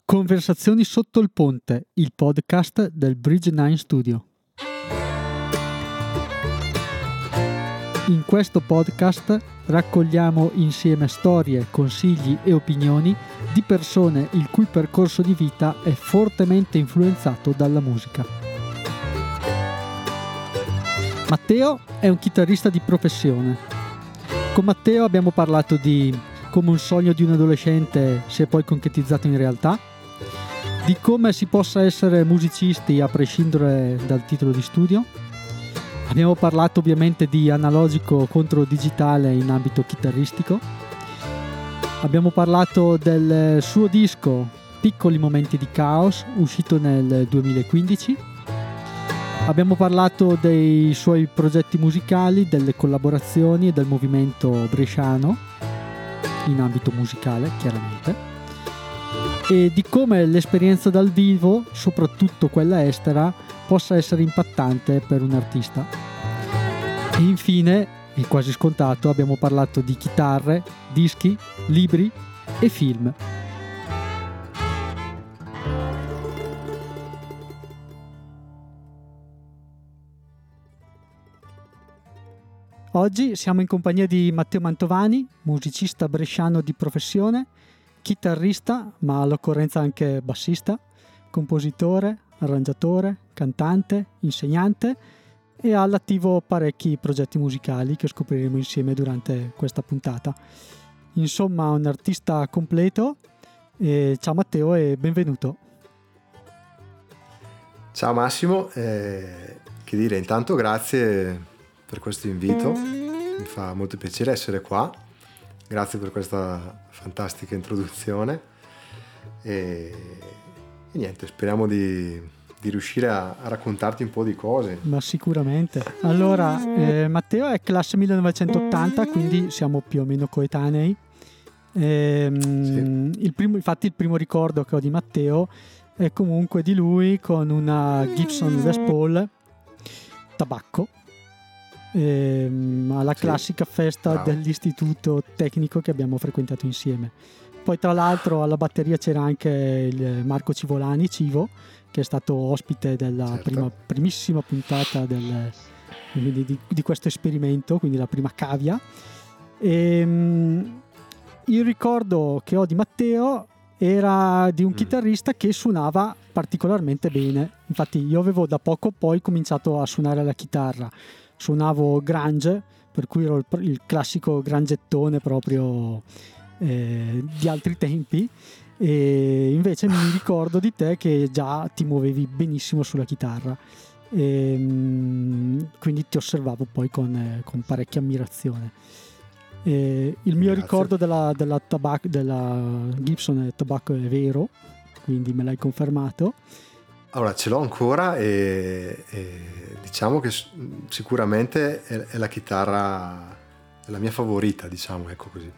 Conversazioni sotto il ponte, il podcast del Bridge 9 Studio. In questo podcast raccogliamo insieme storie, consigli e opinioni di persone il cui percorso di vita è fortemente influenzato dalla musica. Matteo è un chitarrista di professione. Con Matteo abbiamo parlato di come un sogno di un adolescente si è poi concretizzato in realtà, di come si possa essere musicisti a prescindere dal titolo di studio. Abbiamo parlato ovviamente di analogico contro digitale in ambito chitarristico. Abbiamo parlato del suo disco Piccoli momenti di caos, uscito nel 2015. Abbiamo parlato dei suoi progetti musicali, delle collaborazioni e del movimento bresciano in ambito musicale, chiaramente, e di come l'esperienza dal vivo, soprattutto quella estera, possa essere impattante per un artista. E infine, e quasi scontato, abbiamo parlato di chitarre, dischi, libri e film. Oggi siamo in compagnia di Matteo Mantovani, musicista bresciano di professione, chitarrista, ma all'occorrenza anche bassista, compositore, arrangiatore, cantante, insegnante, e ha all'attivo parecchi progetti musicali che scopriremo insieme durante questa puntata. Insomma, un artista completo. Ciao Matteo e benvenuto. Ciao Massimo, che dire, intanto grazie per questo invito, mi fa molto piacere essere qua, grazie per questa fantastica introduzione e niente, speriamo di riuscire a raccontarti un po' di cose. Ma sicuramente. Allora, Matteo è classe 1980, quindi siamo più o meno coetanei. Sì. Infatti il primo ricordo che ho di Matteo è comunque di lui con una Gibson Les Paul tabacco, alla classica festa dell'istituto tecnico che abbiamo frequentato insieme. Poi tra l'altro alla batteria c'era anche il Marco Civolani, Civo, che è stato ospite della primissima puntata di questo esperimento, quindi la prima cavia. Il ricordo che ho di Matteo era di un chitarrista che suonava particolarmente bene. Infatti io avevo da poco poi cominciato a suonare la chitarra. Suonavo grunge, per cui ero il classico grangettone proprio di altri tempi, e invece mi ricordo di te che già ti muovevi benissimo sulla chitarra, quindi ti osservavo poi con parecchia ammirazione. Il mio ricordo della Gibson tabacco è vero, quindi me l'hai confermato. Allora, ce l'ho ancora e diciamo che sicuramente è la chitarra, è la mia favorita, diciamo, ecco così.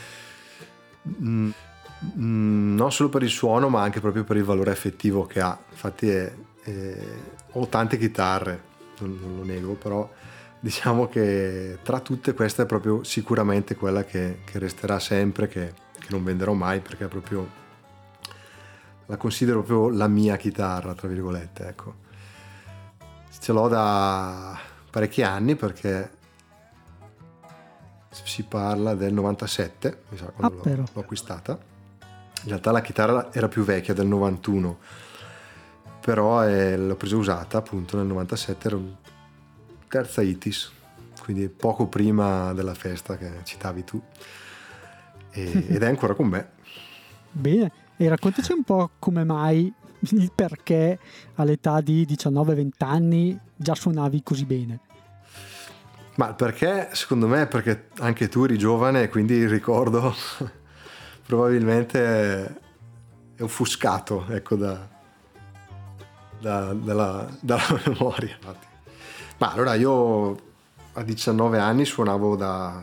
Non solo per il suono, ma anche proprio per il valore affettivo che ha. Infatti ho tante chitarre, non lo nego, però diciamo che tra tutte questa è proprio sicuramente quella che resterà sempre, che non venderò mai, perché è proprio, la considero proprio la mia chitarra, tra virgolette, ecco. Ce l'ho da parecchi anni, perché si parla del 97, mi sa, quando l'ho acquistata. In realtà la chitarra era più vecchia, del 91, però l'ho presa usata appunto nel 97, ero terza ITIS, quindi poco prima della festa che citavi tu, ed è ancora con me. Bene. E raccontaci un po' come mai, il perché all'età di 19-20 anni già suonavi così bene. Ma il perché, secondo me, è perché anche tu eri giovane e quindi il ricordo probabilmente è offuscato, ecco, dalla memoria. Ma allora io a 19 anni suonavo da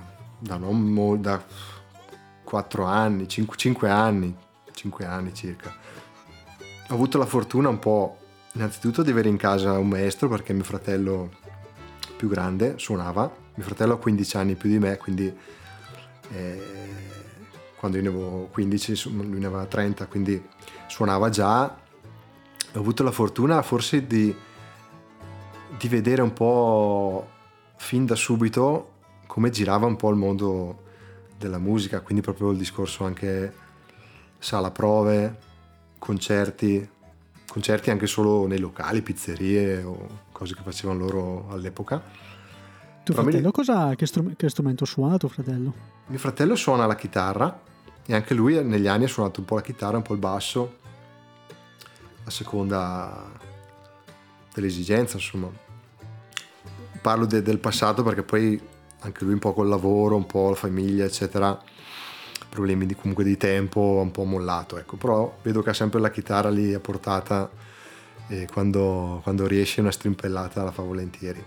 4 anni, 5 anni circa. Ho avuto la fortuna un po', innanzitutto, di avere in casa un maestro, perché mio fratello più grande suonava. Mio fratello ha 15 anni più di me, quindi quando io ne avevo 15, lui ne aveva 30, quindi suonava già. Ho avuto la fortuna forse di vedere un po' fin da subito come girava un po' il mondo della musica, quindi proprio il discorso anche sala prove, concerti anche solo nei locali, pizzerie o cose che facevano loro all'epoca. Tuo fratello che strumento suona tuo fratello? Mio fratello suona la chitarra e anche lui negli anni ha suonato un po' la chitarra, un po' il basso, a seconda dell'esigenza, insomma. Parlo del passato perché poi anche lui un po' col lavoro, un po' la famiglia, eccetera, problemi comunque di tempo, un po' mollato, ecco. Però vedo che ha sempre la chitarra lì a portata e quando riesce una strimpellata la fa volentieri.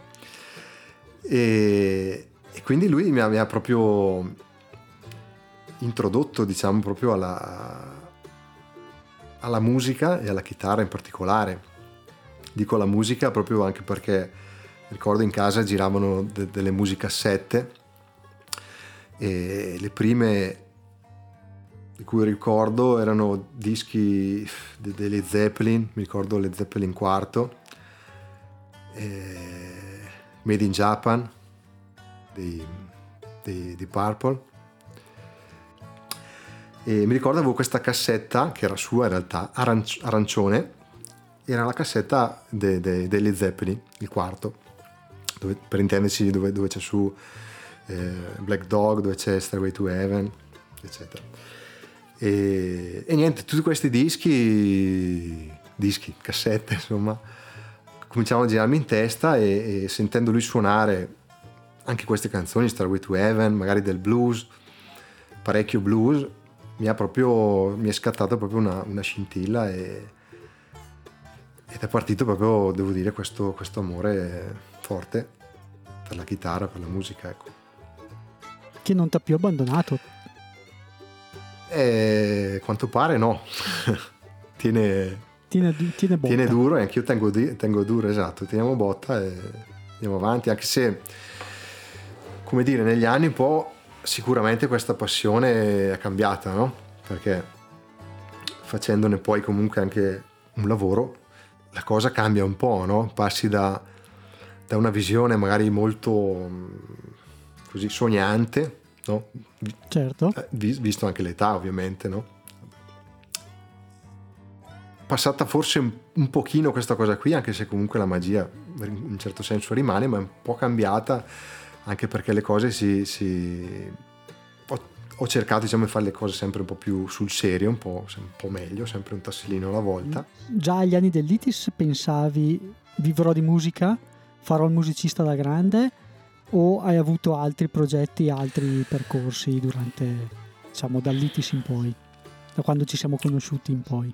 E quindi lui mi ha proprio introdotto, diciamo, proprio alla musica e alla chitarra in particolare. Dico la musica proprio anche perché ricordo in casa giravano delle musicassette e le prime di cui ricordo erano dischi dei Led Zeppelin, mi ricordo Led Zeppelin quarto, Made in Japan di Purple, e mi ricordo avevo questa cassetta che era sua in realtà, arancione, era la cassetta dei Led Zeppelin, il quarto, dove, per intenderci, dove c'è su Black Dog, dove c'è Stairway to Heaven, eccetera. E niente, tutti questi dischi, cassette, insomma, cominciavano a girarmi in testa e sentendo lui suonare anche queste canzoni, Stairway to Heaven, magari del blues, parecchio blues, mi è scattata proprio una scintilla ed è partito proprio, devo dire, questo amore forte per la chitarra, per la musica, ecco. Che non ti ha più abbandonato? Quanto pare no. tiene botta. Tiene duro, e anch'io tengo duro, esatto, teniamo botta e andiamo avanti, anche se, come dire, negli anni un po' sicuramente questa passione è cambiata, no? Perché facendone poi comunque anche un lavoro, la cosa cambia un po', no? Passi da una visione magari molto così sognante, no? Certo. Visto anche l'età, ovviamente, no? Passata forse un pochino questa cosa qui, anche se comunque la magia in un certo senso rimane, ma è un po' cambiata, anche perché le cose ho cercato, diciamo, di fare le cose sempre un po' più sul serio, un po' meglio, sempre un tassellino alla volta. Già agli anni dell'ITIS pensavi vivrò di musica, farò il musicista da grande, o hai avuto altri progetti, altri percorsi durante, diciamo, dall'ITIS in poi, da quando ci siamo conosciuti in poi?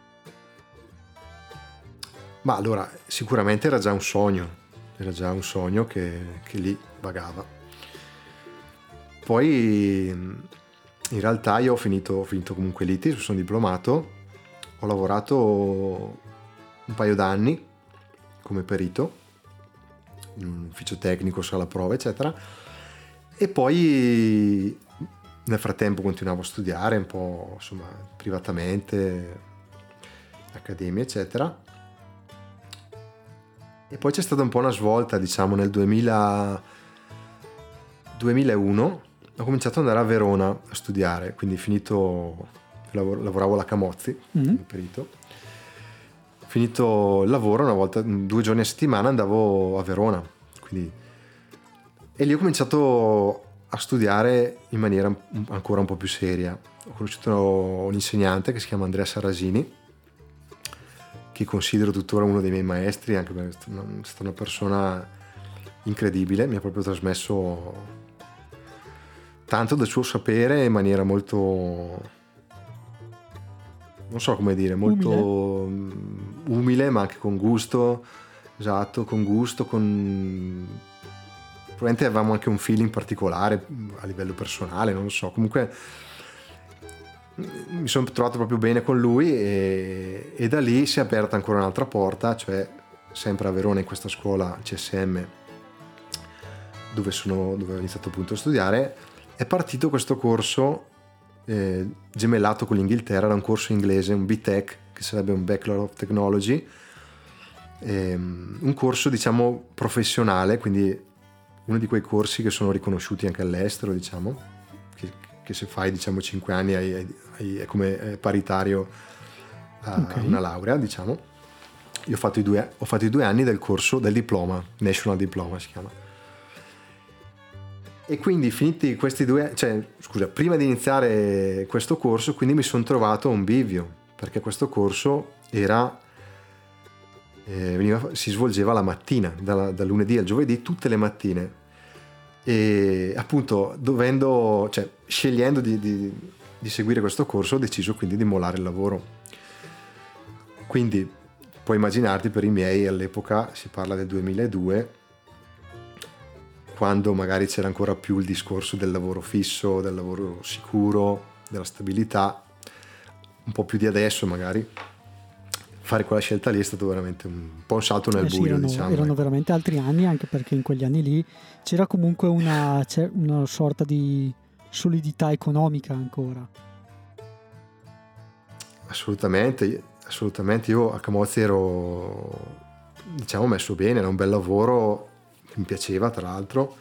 Ma allora, sicuramente era già un sogno che lì vagava. Poi in realtà io ho finito comunque l'ITIS, sono diplomato, ho lavorato un paio d'anni come perito in un ufficio tecnico, sala prove, eccetera, e poi nel frattempo continuavo a studiare un po', insomma, privatamente, accademia, eccetera. E poi c'è stata un po' una svolta, diciamo, nel 2001 ho cominciato ad andare a Verona a studiare, quindi lavoravo alla Camozzi, come perito. Finito il lavoro, 2 giorni a settimana andavo a Verona, e lì ho cominciato a studiare in maniera ancora un po' più seria. Ho conosciuto un insegnante che si chiama Andrea Sarrasini, che considero tuttora uno dei miei maestri, anche perché è stata una persona incredibile, mi ha proprio trasmesso tanto del suo sapere in maniera molto, non so come dire, molto umile, ma anche con gusto, esatto, con gusto, probabilmente avevamo anche un feeling particolare a livello personale, non lo so, comunque mi sono trovato proprio bene con lui e da lì si è aperta ancora un'altra porta, cioè sempre a Verona in questa scuola CSM dove ho iniziato appunto a studiare. È partito questo corso gemellato con l'Inghilterra da un corso inglese, un BTEC, che sarebbe un Bachelor of Technology, un corso diciamo professionale, quindi uno di quei corsi che sono riconosciuti anche all'estero, diciamo, che se fai diciamo 5 anni è come paritario a una laurea, diciamo. Io ho fatto i 2 anni del corso del diploma, National Diploma si chiama. E quindi finiti questi prima di iniziare questo corso, quindi mi sono trovato a un bivio, perché questo corso si svolgeva la mattina, dal lunedì al giovedì, tutte le mattine. E appunto scegliendo di seguire questo corso, ho deciso quindi di mollare il lavoro. Quindi puoi immaginarti, per i miei all'epoca, si parla del 2002, quando magari c'era ancora più il discorso del lavoro fisso, del lavoro sicuro, della stabilità, un po' più di adesso magari. Fare quella scelta lì è stato veramente un po' un salto nel buio, diciamo. Erano veramente altri anni, anche perché in quegli anni lì c'era comunque una sorta di solidità economica ancora. Assolutamente. Io a Camozzi ero, diciamo, messo bene, era un bel lavoro, mi piaceva tra l'altro,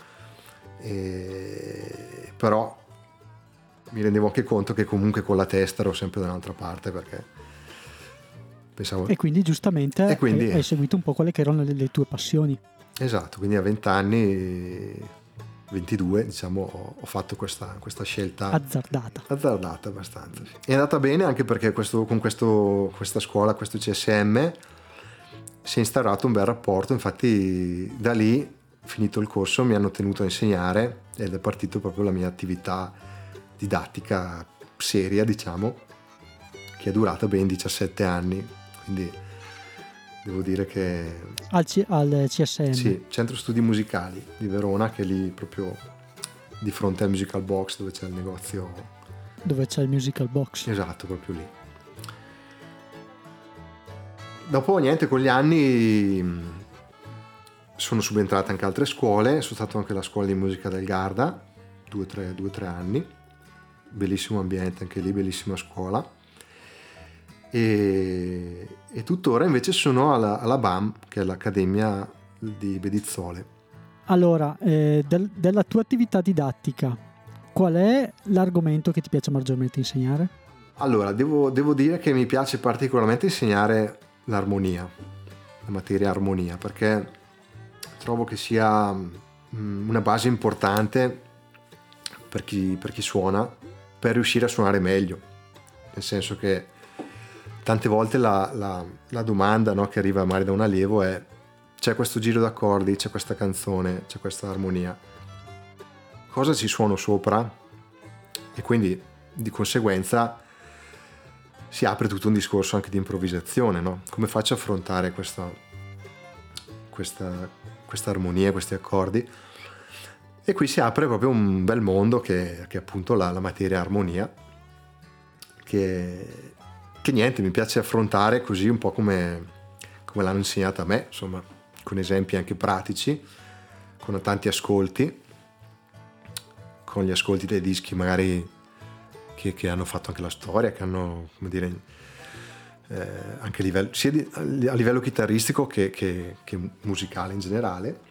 però mi rendevo anche conto che comunque con la testa ero sempre da un'altra parte, perché pensavo... E quindi giustamente hai seguito un po' quelle che erano le tue passioni. Esatto, quindi a 20 anni, 22 diciamo, ho fatto questa scelta azzardata abbastanza, sì. È andata bene anche perché con questa scuola, questo CSM, si è instaurato un bel rapporto. Infatti da lì, finito il corso, mi hanno tenuto a insegnare ed è partito proprio la mia attività didattica seria, diciamo, che è durata ben 17 anni, quindi devo dire che... Al CSM? Sì, Centro Studi Musicali di Verona, che è lì proprio di fronte al Musical Box, dove c'è il negozio. Dove c'è il Musical Box. Esatto, proprio lì. Dopo, niente, con gli anni sono subentrate anche altre scuole, sono stato anche alla scuola di musica del Garda, 2-3 anni, bellissimo ambiente anche lì, bellissima scuola. E tuttora invece sono alla BAM, che è l'Accademia di Bedizzole. Allora, della tua attività didattica, qual è l'argomento che ti piace maggiormente insegnare? Allora, devo dire che mi piace particolarmente insegnare l'armonia, la materia armonia, perché trovo che sia una base importante per chi suona, per riuscire a suonare meglio, nel senso che tante volte la domanda, no, che arriva magari da un allievo è: c'è questo giro d'accordi, c'è questa canzone, c'è questa armonia, cosa ci suono sopra? E quindi di conseguenza si apre tutto un discorso anche di improvvisazione, no? Come faccio a affrontare questa armonia, questi accordi? E qui si apre proprio un bel mondo che è appunto la materia armonia, che niente, mi piace affrontare così un po' come l'hanno insegnata a me, insomma, con esempi anche pratici, con tanti ascolti, con gli ascolti dei dischi magari che hanno fatto anche la storia, che hanno, come dire, anche a livello, sia a livello chitarristico che musicale in generale.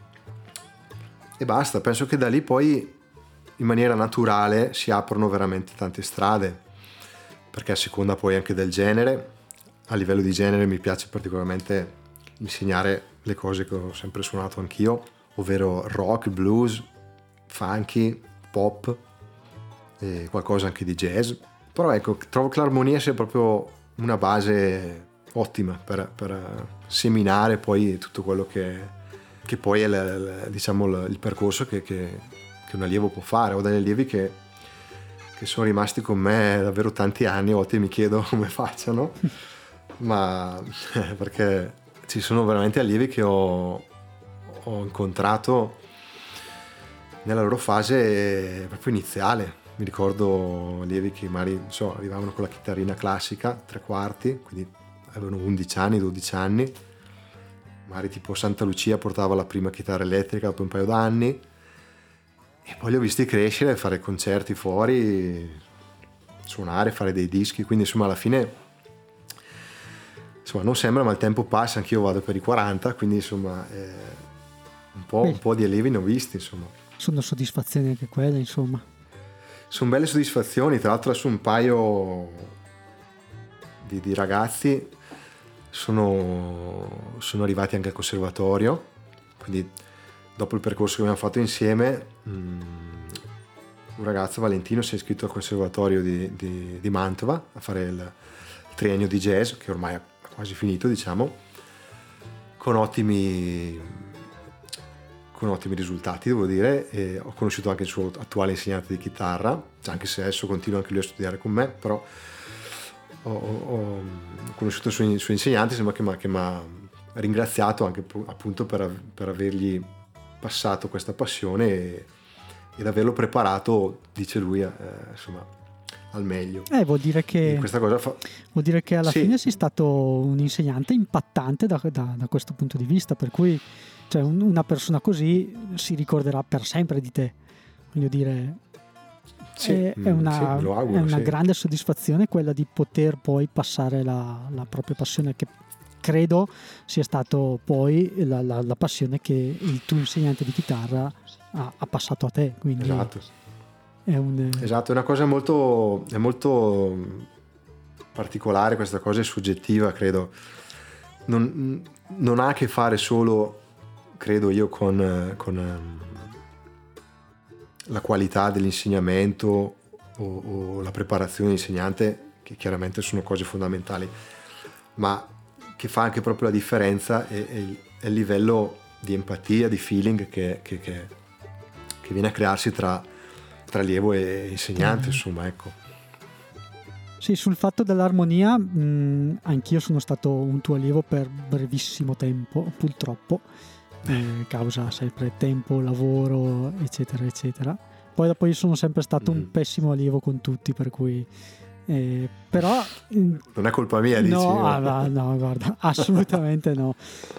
E basta, penso che da lì poi in maniera naturale si aprono veramente tante strade, perché a seconda poi anche del genere, a livello di genere mi piace particolarmente insegnare le cose che ho sempre suonato anch'io, ovvero rock, blues, funky, pop e qualcosa anche di jazz. Però ecco, trovo che l'armonia sia proprio una base ottima per seminare poi tutto quello che poi è diciamo il percorso che un allievo può fare. Ho degli allievi che sono rimasti con me davvero tanti anni, a volte mi chiedo come facciano, ma perché ci sono veramente allievi che ho incontrato nella loro fase proprio iniziale. Mi ricordo allievi che magari arrivavano con la chitarrina classica, 3/4, quindi avevano 11 anni, 12 anni, magari tipo Santa Lucia portava la prima chitarra elettrica dopo un paio d'anni, e poi li ho visti crescere, fare concerti fuori suonare, fare dei dischi, quindi insomma alla fine insomma non sembra, ma il tempo passa, anch'io vado per i 40, quindi insomma un po' di allievi ne ho visti, insomma. Sono soddisfazioni anche quelle, insomma. Sono belle soddisfazioni, tra l'altro adesso un paio di ragazzi sono arrivati anche al conservatorio, quindi dopo il percorso che abbiamo fatto insieme un ragazzo, Valentino, si è iscritto al conservatorio di Mantova a fare il triennio di jazz, che ormai è quasi finito, diciamo, con ottimi risultati, devo dire. E ho conosciuto anche il suo attuale insegnante di chitarra, anche se adesso continua anche lui a studiare con me, però ho conosciuto il suo insegnante, sembra che mi ha ringraziato anche appunto per avergli passato questa passione ed averlo preparato, dice lui, insomma, al meglio. Vuol dire che questa cosa vuol dire che alla fine sei stato un insegnante impattante da questo punto di vista, per cui cioè una persona così si ricorderà per sempre di te, voglio dire. È una grande soddisfazione quella di poter poi passare la propria passione, che credo sia stato poi la passione che il tuo insegnante di chitarra ha passato a te, quindi esatto. Esatto, è una cosa è molto particolare, questa cosa è soggettiva, credo, non ha a che fare solo, credo io, con la qualità dell'insegnamento o la preparazione dell'insegnante, che chiaramente sono cose fondamentali, ma che fa anche proprio la differenza è il livello di empatia, di feeling che viene a crearsi tra allievo e insegnante, insomma, ecco. Sì, sul fatto dell'armonia anch'io sono stato un tuo allievo per brevissimo tempo, purtroppo, causa sempre tempo, lavoro, eccetera eccetera. Poi dopo io sono sempre stato un pessimo allievo con tutti, per cui però non è colpa mia, dici? No, guarda, assolutamente no.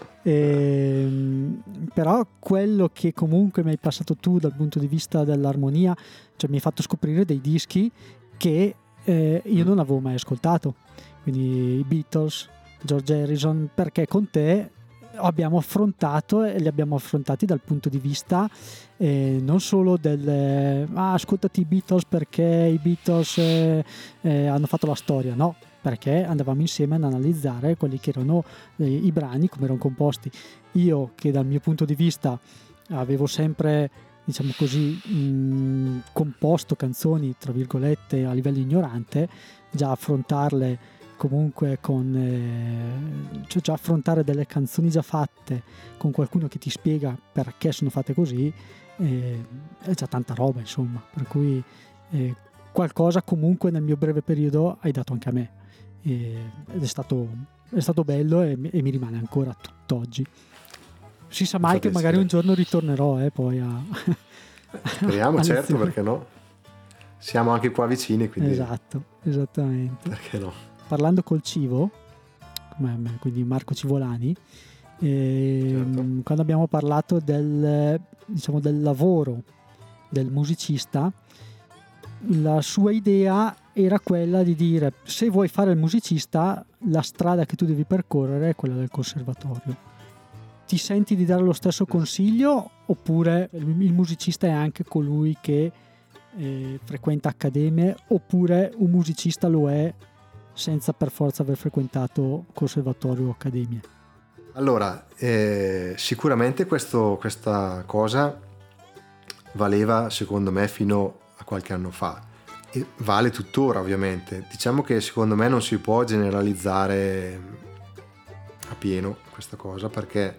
Però quello che comunque mi hai passato tu dal punto di vista dell'armonia, cioè mi hai fatto scoprire dei dischi che io non avevo mai ascoltato, quindi i Beatles, George Harrison, perché con te abbiamo affrontato e li abbiamo affrontati dal punto di vista non solo del ascoltati i Beatles perché i Beatles hanno fatto la storia, no, perché andavamo insieme ad analizzare quelli che erano i brani, come erano composti. Io, che dal mio punto di vista avevo sempre, diciamo così, composto canzoni tra virgolette a livello ignorante, già affrontarle comunque cioè già affrontare delle canzoni già fatte con qualcuno che ti spiega perché sono fatte così, è già tanta roba, insomma, per cui qualcosa comunque nel mio breve periodo hai dato anche a me, ed è stato bello e mi rimane ancora tutt'oggi. Si sa mai che magari un giorno ritornerò poi speriamo, certo, perché no, siamo anche qua vicini, quindi esatto, esattamente, perché no. Parlando col Civo, quindi Marco Civolani, certo, quando abbiamo parlato del lavoro del musicista, la sua idea era quella di dire: se vuoi fare il musicista, la strada che tu devi percorrere è quella del conservatorio. Ti senti di dare lo stesso consiglio, oppure il musicista è anche colui che frequenta accademie, oppure un musicista lo è senza per forza aver frequentato conservatorio o accademie? Allora, sicuramente questa cosa valeva, secondo me, fino a qualche anno fa, e vale tuttora, ovviamente. Diciamo che secondo me non si può generalizzare a pieno questa cosa, perché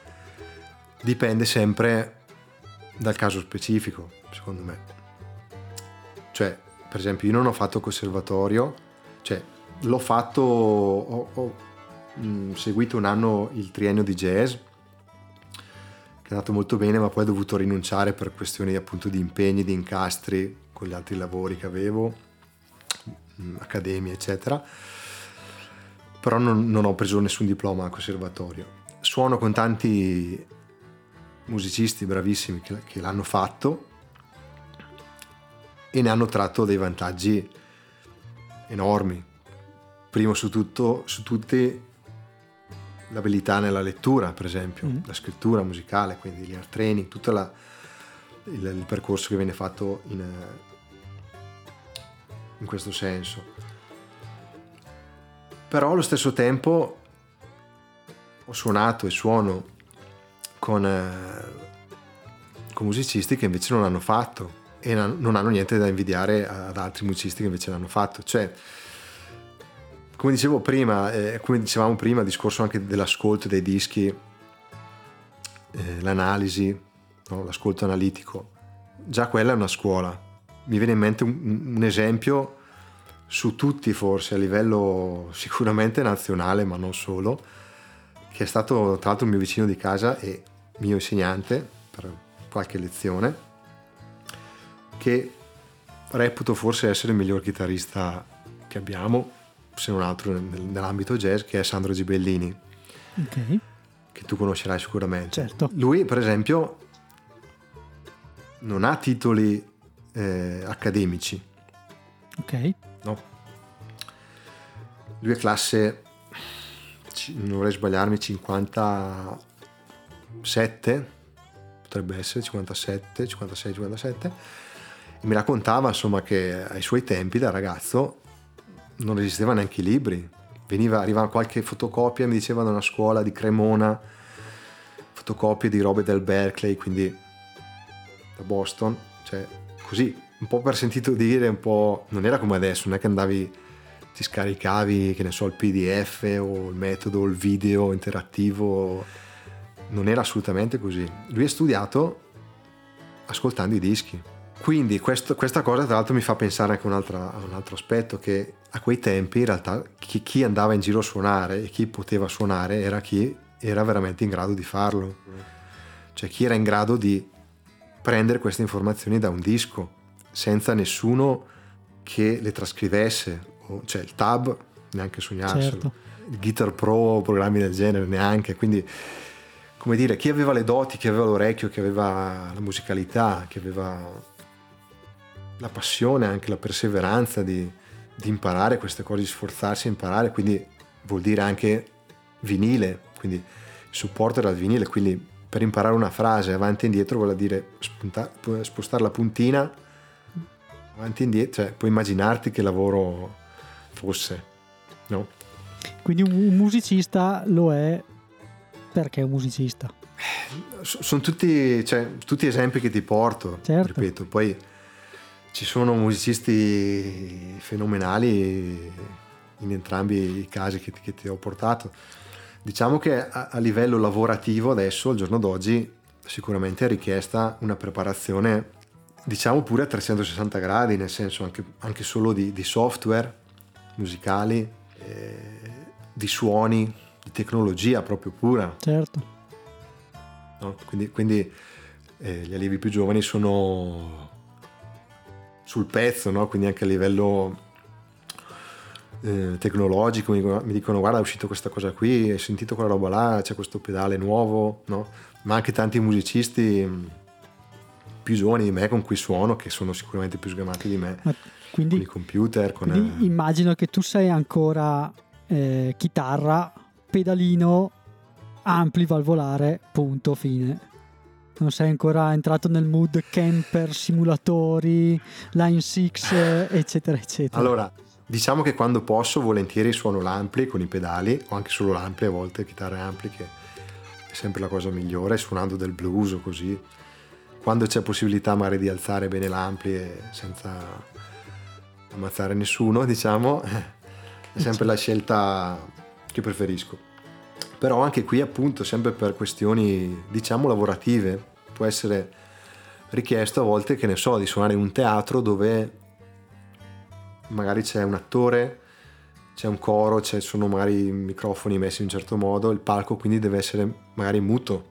dipende sempre dal caso specifico, secondo me. Cioè, per esempio, io non ho fatto conservatorio, cioè l'ho fatto, ho seguito un anno il triennio di jazz, che è andato molto bene, ma poi ho dovuto rinunciare per questioni appunto di impegni, di incastri con gli altri lavori che avevo, accademie eccetera, però non ho preso nessun diploma al conservatorio. Suono con tanti musicisti bravissimi che l'hanno fatto e ne hanno tratto dei vantaggi enormi. Primo su tutti l'abilità nella lettura, per esempio, la scrittura musicale, quindi l'ear training, tutto il percorso che viene fatto in questo senso. Però allo stesso tempo ho suonato e suono con musicisti che invece non l'hanno fatto e non hanno niente da invidiare ad altri musicisti che invece l'hanno fatto. Cioè, come dicevamo prima, il discorso anche dell'ascolto dei dischi, l'analisi, no? L'ascolto analitico, già quella è una scuola. Mi viene in mente un esempio su tutti, forse a livello sicuramente nazionale, ma non solo, che è stato tra l'altro il mio vicino di casa e mio insegnante per qualche lezione, che reputo forse essere il miglior chitarrista che abbiamo, se non altro nell'ambito jazz, che è Sandro Gibellini, okay, che tu conoscerai sicuramente. Certo. Lui, per esempio, non ha titoli accademici. Ok. No. Lui è classe, non vorrei sbagliarmi, 57, potrebbe essere 57, 56, 57, e mi raccontava insomma che ai suoi tempi da ragazzo non esistevano neanche i libri, arrivava qualche fotocopia, mi diceva, da una scuola di Cremona, fotocopie di robe del Berkeley, quindi da Boston, cioè così, un po' per sentito dire, un po', non era come adesso, non è che andavi, ti scaricavi, che ne so, il PDF o il metodo, il video interattivo, non era assolutamente così. Lui ha studiato ascoltando i dischi. Quindi questa cosa tra l'altro mi fa pensare anche a un altro aspetto, che a quei tempi in realtà chi andava in giro a suonare e chi poteva suonare era chi era veramente in grado di farlo, cioè chi era in grado di prendere queste informazioni da un disco senza nessuno che le trascrivesse, cioè il tab neanche sognarselo, certo. Il Guitar Pro, programmi del genere neanche, quindi come dire, chi aveva le doti, chi aveva l'orecchio, chi aveva la musicalità, chi aveva la passione, anche la perseveranza di imparare queste cose, di sforzarsi a imparare, quindi vuol dire anche vinile, quindi il supporto era il vinile, quindi per imparare una frase avanti e indietro vuol dire spostare la puntina avanti e indietro, cioè puoi immaginarti che lavoro fosse, no? Quindi un musicista lo è perché è un musicista. Sono tutti esempi che ti porto, certo. Ripeto, poi ci sono musicisti fenomenali in entrambi i casi che ti ho portato. Diciamo che a livello lavorativo adesso, al giorno d'oggi, sicuramente è richiesta una preparazione, diciamo pure a 360 gradi, nel senso anche solo di software musicali, di suoni, di tecnologia proprio pura. Certo. No? Quindi gli allievi più giovani sono sul pezzo, no? Quindi anche a livello tecnologico mi dicono: guarda, è uscito questa cosa qui, hai sentito quella roba là, c'è questo pedale nuovo, no? Ma anche tanti musicisti più giovani di me con cui suono, che sono sicuramente più sgamati di me, quindi, con i computer, quindi immagino che tu sei ancora chitarra, pedalino, ampli, valvolare, punto, fine. Non sei ancora entrato nel mood camper, simulatori, Line 6, eccetera eccetera. Allora, diciamo che quando posso volentieri suono l'ampli con i pedali, o anche solo l'ampli a volte, chitarre ampli, che è sempre la cosa migliore, suonando del blues o così. Quando c'è possibilità magari di alzare bene l'ampli e senza ammazzare nessuno, diciamo, è sempre la scelta che preferisco. Però anche qui, appunto, sempre per questioni, diciamo, lavorative, può essere richiesto a volte, che ne so, di suonare in un teatro dove magari c'è un attore, c'è un coro, sono magari microfoni messi in un certo modo, il palco quindi deve essere magari muto.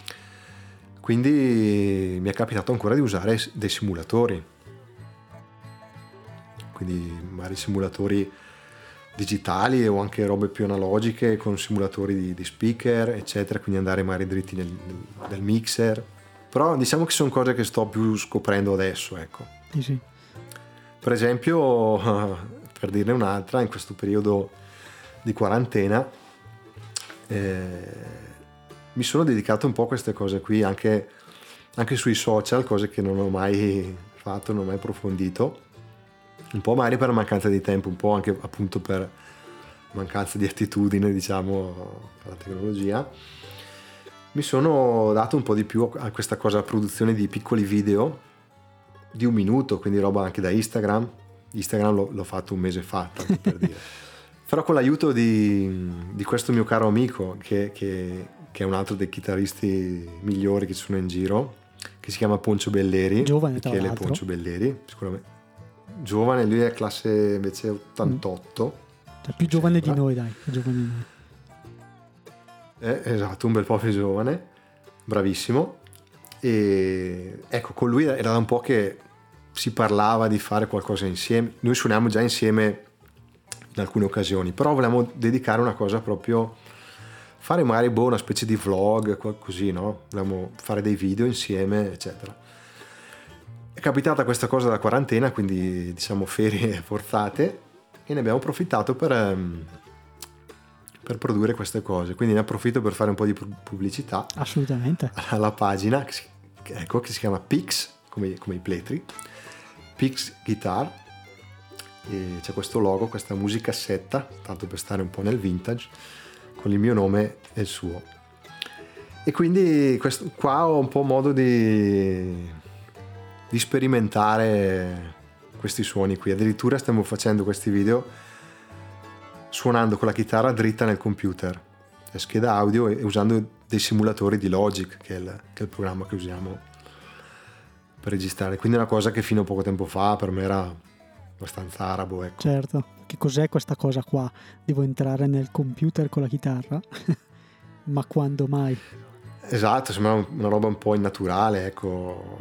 Quindi mi è capitato ancora di usare dei simulatori, quindi magari simulatori digitali o anche robe più analogiche con simulatori di speaker, eccetera, quindi andare magari dritti nel mixer. Però diciamo che sono cose che sto più scoprendo adesso, ecco. Sì. Per esempio, per dirne un'altra, in questo periodo di quarantena mi sono dedicato un po' a queste cose qui, anche sui social, cose che non ho mai fatto, non ho mai approfondito, un po' magari per mancanza di tempo, un po' anche appunto per mancanza di attitudine, diciamo, alla tecnologia. Mi sono dato un po' di più a questa cosa, a produzione di piccoli video di 1 minuto, quindi roba anche da Instagram l'ho fatto 1 mese fa, tanto per dire. Però con l'aiuto di questo mio caro amico che è un altro dei chitarristi migliori che ci sono in giro, che si chiama Poncio Belleri, giovane tra Michele l'altro. Poncio Belleri, sicuramente giovane, lui è classe invece 88, cioè più giovane di noi, dai, più giovane di noi. Esatto, un bel po' più giovane, bravissimo. E ecco, con lui era da un po' che si parlava di fare qualcosa insieme. Noi suoniamo già insieme in alcune occasioni, però volevamo dedicare una cosa proprio, fare magari una specie di vlog, così, no? Volevamo fare dei video insieme, eccetera. È capitata questa cosa della quarantena, quindi diciamo ferie forzate, e ne abbiamo approfittato per produrre queste cose. Quindi ne approfitto per fare un po' di pubblicità. Assolutamente. Alla pagina che si chiama Pix, come i pletri, Pix Guitar, e c'è questo logo, questa musicassetta, tanto per stare un po' nel vintage, con il mio nome e il suo. E quindi qua ho un po' modo di sperimentare questi suoni qui. Addirittura stiamo facendo questi video suonando con la chitarra dritta nel computer, la scheda audio, e usando dei simulatori di Logic, che è il programma che usiamo per registrare. Quindi è una cosa che fino a poco tempo fa per me era abbastanza arabo, ecco. Certo. Che cos'è questa cosa qua? Devo entrare nel computer con la chitarra? Ma quando mai? Esatto, sembra una roba un po' innaturale, ecco.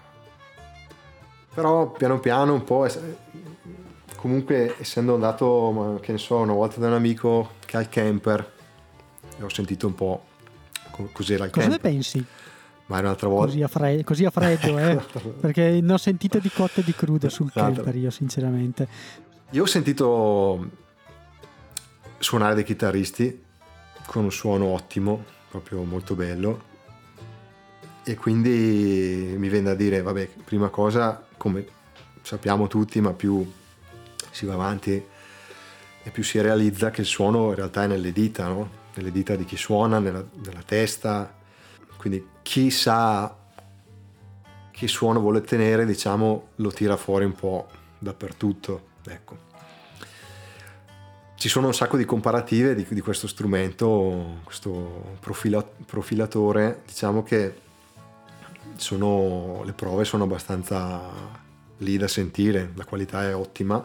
Però piano piano un po', comunque essendo andato, che ne so, una volta da un amico che ha il camper, e ho sentito un po' cos'era il Cosa camper. ne pensi? Ma un'altra volta Così a freddo, perché ne ho sentite di cotte e di crude sul camper, io sinceramente. Io ho sentito suonare dei chitarristi con un suono ottimo, proprio molto bello, e quindi mi viene da dire, vabbè, prima cosa, come sappiamo tutti, ma più si va avanti e più si realizza che il suono in realtà è nelle dita, no? Nelle dita di chi suona, nella testa. Quindi chi sa che suono vuole tenere, diciamo, lo tira fuori un po' dappertutto, ecco. Ci sono un sacco di comparative di questo strumento, questo profilatore, diciamo che le prove sono abbastanza lì da sentire, la qualità è ottima.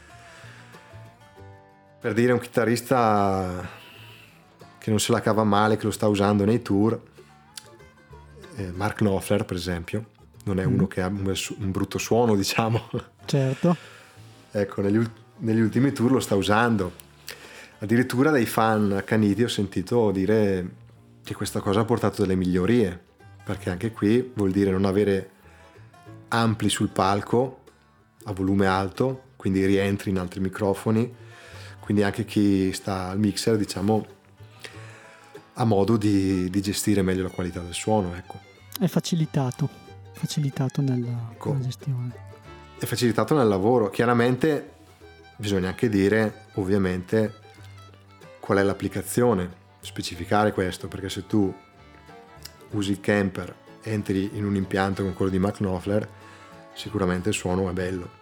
Per dire, un chitarrista che non se la cava male, che lo sta usando nei tour, Mark Knopfler per esempio, non è uno che ha un brutto suono, diciamo. Certo. Ecco, negli ultimi tour lo sta usando. Addirittura dai fan accaniti ho sentito dire che questa cosa ha portato delle migliorie, perché anche qui vuol dire non avere ampli sul palco a volume alto, quindi rientri in altri microfoni, quindi anche chi sta al mixer, diciamo, ha modo di gestire meglio la qualità del suono, ecco. È facilitato nella gestione. È facilitato nel lavoro. Chiaramente bisogna anche dire, ovviamente, qual è l'applicazione, specificare questo, perché se tu usi il camper, entri in un impianto come quello di Mark Knopfler, sicuramente il suono è bello.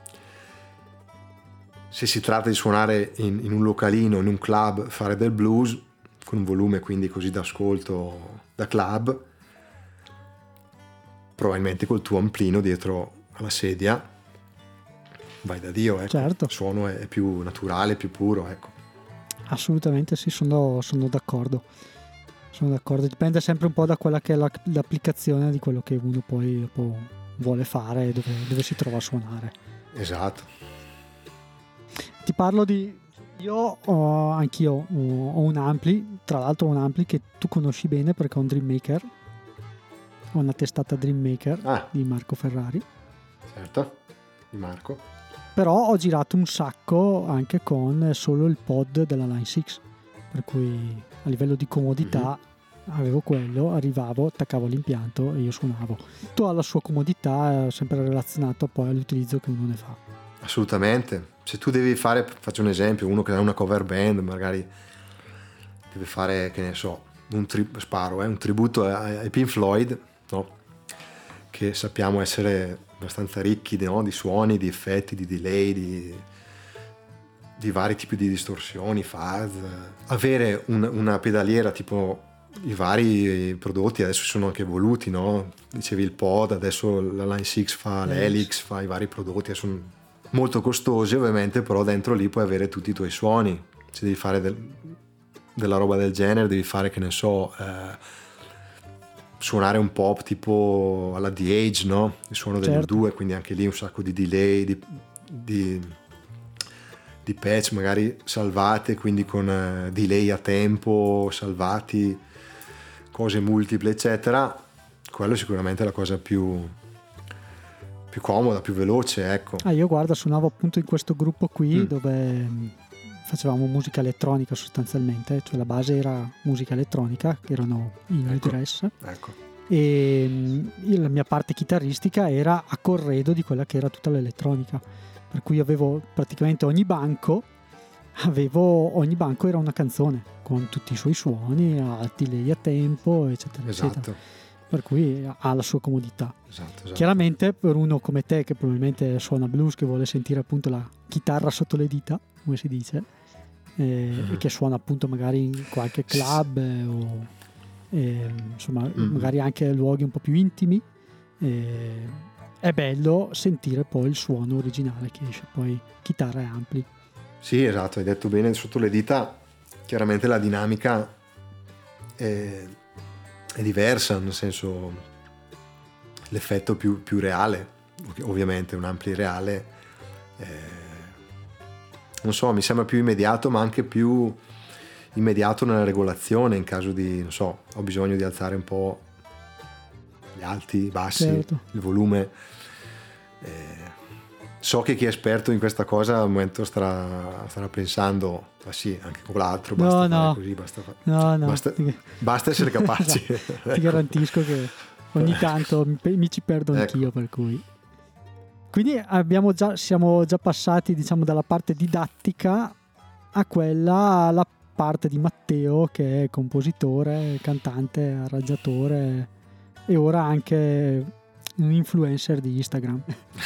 Se si tratta di suonare in un localino, in un club, fare del blues con un volume quindi così d'ascolto da club, probabilmente col tuo amplino dietro alla sedia vai da Dio, ecco. Certo. Il suono è più naturale, più puro, ecco. Assolutamente sì, sono d'accordo. Dipende sempre un po' da quella che è l'applicazione di quello che uno poi vuole fare e dove si trova a suonare. Esatto. Ti parlo anch'io ho un ampli, tra l'altro un ampli che tu conosci bene perché ho un Dreammaker, ho una testata Dreammaker di Marco Ferrari. Certo, di Marco. Però ho girato un sacco anche con solo il pod della Line 6, per cui a livello di comodità avevo quello, arrivavo, attaccavo l'impianto e io suonavo. Tutto alla sua comodità, sempre relazionato poi all'utilizzo che uno ne fa. Assolutamente. Se tu devi fare, faccio un esempio, uno che ha una cover band, magari deve fare, che ne so, un tributo ai Pink Floyd, no? Che sappiamo essere abbastanza ricchi, no? Di suoni, di effetti, di delay, di vari tipi di distorsioni, fuzz. Avere una pedaliera tipo i vari prodotti adesso sono anche evoluti, no? Dicevi il pod, adesso la Line 6 fa l'Helix, fa i vari prodotti, sono molto costosi ovviamente, però dentro lì puoi avere tutti i tuoi suoni. Se devi fare della roba del genere, devi fare, che ne so, suonare un pop tipo alla The Age, no? Il suono degli U2, quindi anche lì un sacco di delay, di patch magari salvate, quindi con delay a tempo salvati, cose multiple eccetera. Quello è sicuramente la cosa più comoda, più veloce, ecco. Io guarda, suonavo appunto in questo gruppo qui dove facevamo musica elettronica sostanzialmente, cioè la base era musica elettronica, che erano i Redress, e la mia parte chitarristica era a corredo di quella che era tutta l'elettronica, per cui avevo praticamente ogni banco era una canzone con tutti i suoi suoni, a delay a tempo, eccetera, eccetera. Per cui ha la sua comodità. Esatto. Chiaramente per uno come te che probabilmente suona blues, che vuole sentire appunto la chitarra sotto le dita, come si dice, e che suona appunto magari in qualche club o insomma magari anche luoghi un po' più intimi, è bello sentire poi il suono originale che esce poi chitarra e ampli. Sì, esatto, hai detto bene, sotto le dita chiaramente la dinamica è diversa, nel senso l'effetto più reale, ovviamente un ampli reale, non so, mi sembra più immediato, ma anche più immediato nella regolazione, in caso di, non so, ho bisogno di alzare un po' gli alti, i bassi, il volume. So che chi è esperto in questa cosa al momento starà pensando, ma sì, anche con l'altro basta fare così, basta essere capaci. Ti garantisco che ogni tanto mi ci perdo anch'io, per cui. Quindi siamo già passati, diciamo, dalla parte didattica a quella, la parte di Matteo, che è compositore, cantante, arrangiatore e ora anche un influencer di Instagram.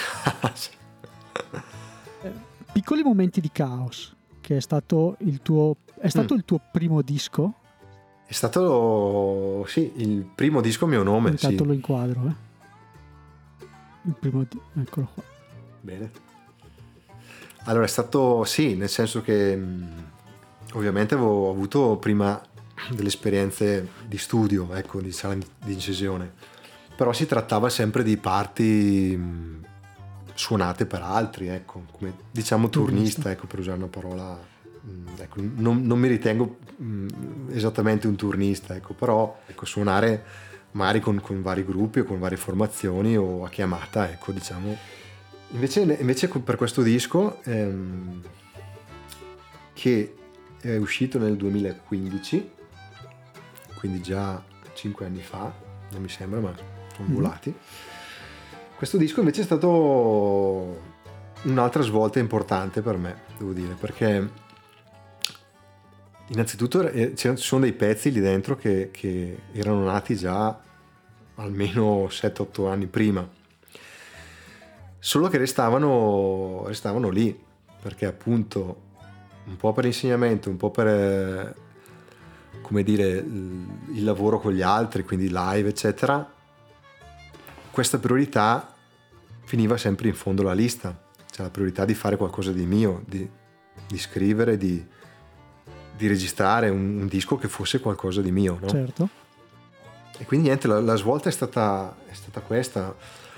Piccoli momenti di caos, che è stato il tuo primo disco? È stato, sì, il primo disco a mio nome. Intanto lo inquadro, il primo eccolo qua. Bene. Allora è stato, sì, nel senso che ovviamente avevo avuto prima delle esperienze di studio, ecco, di sala di incisione, però si trattava sempre di parti suonate per altri, ecco, come diciamo turnista, ecco, per usare una parola, ecco, non mi ritengo esattamente un turnista, ecco, però ecco, suonare magari con vari gruppi o con varie formazioni o a chiamata, ecco, diciamo. Invece per questo disco che è uscito nel 2015, quindi già 5 anni fa, non mi sembra, ma sono volati. Questo disco invece è stato un'altra svolta importante per me, devo dire, perché innanzitutto ci sono dei pezzi lì dentro che erano nati già almeno 7-8 anni prima, solo che restavano lì, perché appunto un po' per insegnamento, un po' per, come dire, il lavoro con gli altri, quindi live, eccetera, questa priorità finiva sempre in fondo alla lista, cioè la priorità di fare qualcosa di mio, di scrivere, di registrare un disco che fosse qualcosa di mio, no? Certo. E quindi niente, la svolta è stata questa.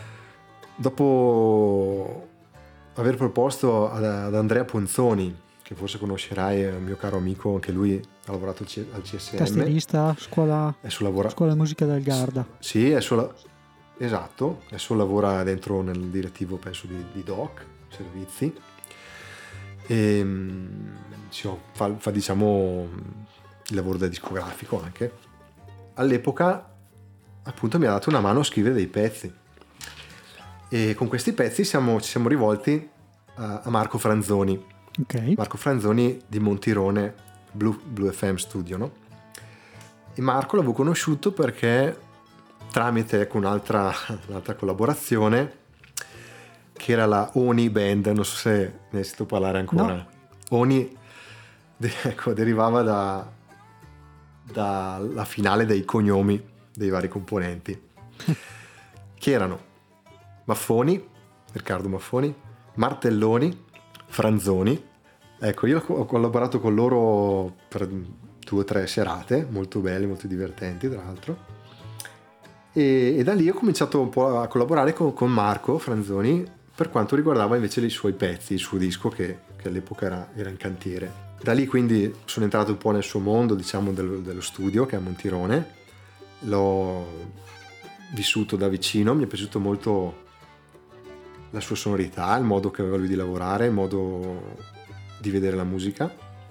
Dopo aver proposto ad Andrea Ponzoni, che forse conoscerai, è un mio caro amico, anche lui ha lavorato al CSM. Tastierista, scuola di musica del Garda. Sì, esatto, adesso lavora dentro nel direttivo, penso, di Doc, servizi, e fa diciamo il lavoro da discografico anche. All'epoca appunto mi ha dato una mano a scrivere dei pezzi, e con questi pezzi ci siamo rivolti a Marco Franzoni. Okay. Marco Franzoni di Montirone, Blue FM Studio, no? E Marco l'avevo conosciuto perché tramite un'altra collaborazione, che era la Oni Band, non so se ne hai sentito parlare ancora. No. Oni derivava dalla finale dei cognomi dei vari componenti, che erano Maffoni, Riccardo Maffoni, Martelloni, Franzoni. Ecco, io ho collaborato con loro per 2 o 3 serate molto belle, molto divertenti tra l'altro, e da lì ho cominciato un po' a collaborare con Marco Franzoni per quanto riguardava invece i suoi pezzi, il suo disco che all'epoca era in cantiere. Da lì quindi sono entrato un po' nel suo mondo, diciamo, dello studio, che è a Montirone. L'ho vissuto da vicino, mi è piaciuto molto la sua sonorità, il modo che aveva lui di lavorare, il modo di vedere la musica,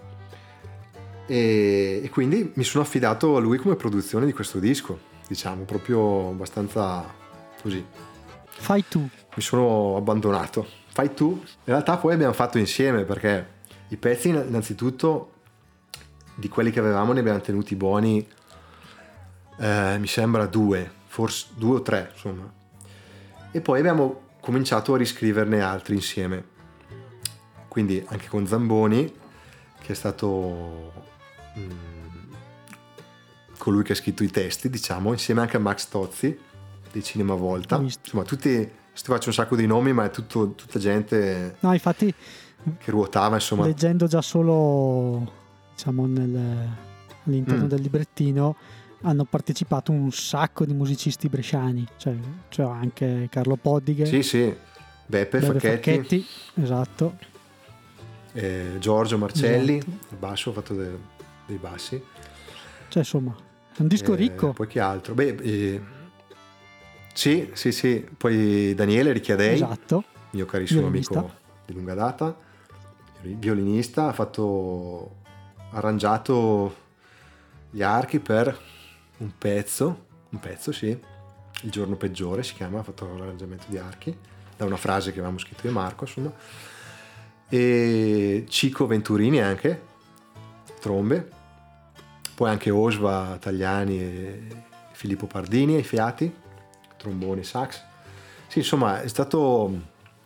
e quindi mi sono affidato a lui come produzione di questo disco, diciamo, proprio abbastanza così. Fai tu. Mi sono abbandonato. Fai tu. In realtà poi abbiamo fatto insieme, perché i pezzi innanzitutto di quelli che avevamo ne abbiamo tenuti buoni, mi sembra 2, forse 2 o 3, insomma. E poi abbiamo cominciato a riscriverne altri insieme. Quindi anche con Zamboni, che è stato colui che ha scritto i testi, diciamo, insieme anche a Max Tozzi di Cinema Volta. Insomma, tutti, ti faccio un sacco di nomi, ma è tutta gente, no, infatti, che ruotava, insomma. Leggendo già solo, diciamo, all'interno del librettino, hanno partecipato un sacco di musicisti bresciani, cioè anche Carlo Poddighe. Sì, Beppe Facchetti. Esatto. Giorgio Marcelli, Esatto. il basso, ho fatto dei bassi. Cioè, insomma, è un disco ricco. Poi che altro? Sì, poi Daniele Richiadei, Esatto. mio carissimo Violinista. amico di lunga data, violinista, arrangiato gli archi per un pezzo, sì, Il giorno peggiore si chiama, ha fatto l'arrangiamento di archi da una frase che avevamo scritto io e Marco, insomma. E Cico Venturini anche, trombe, poi anche Osva Tagliani e Filippo Pardini ai fiati, tromboni, sax. Sì, insomma, è stato,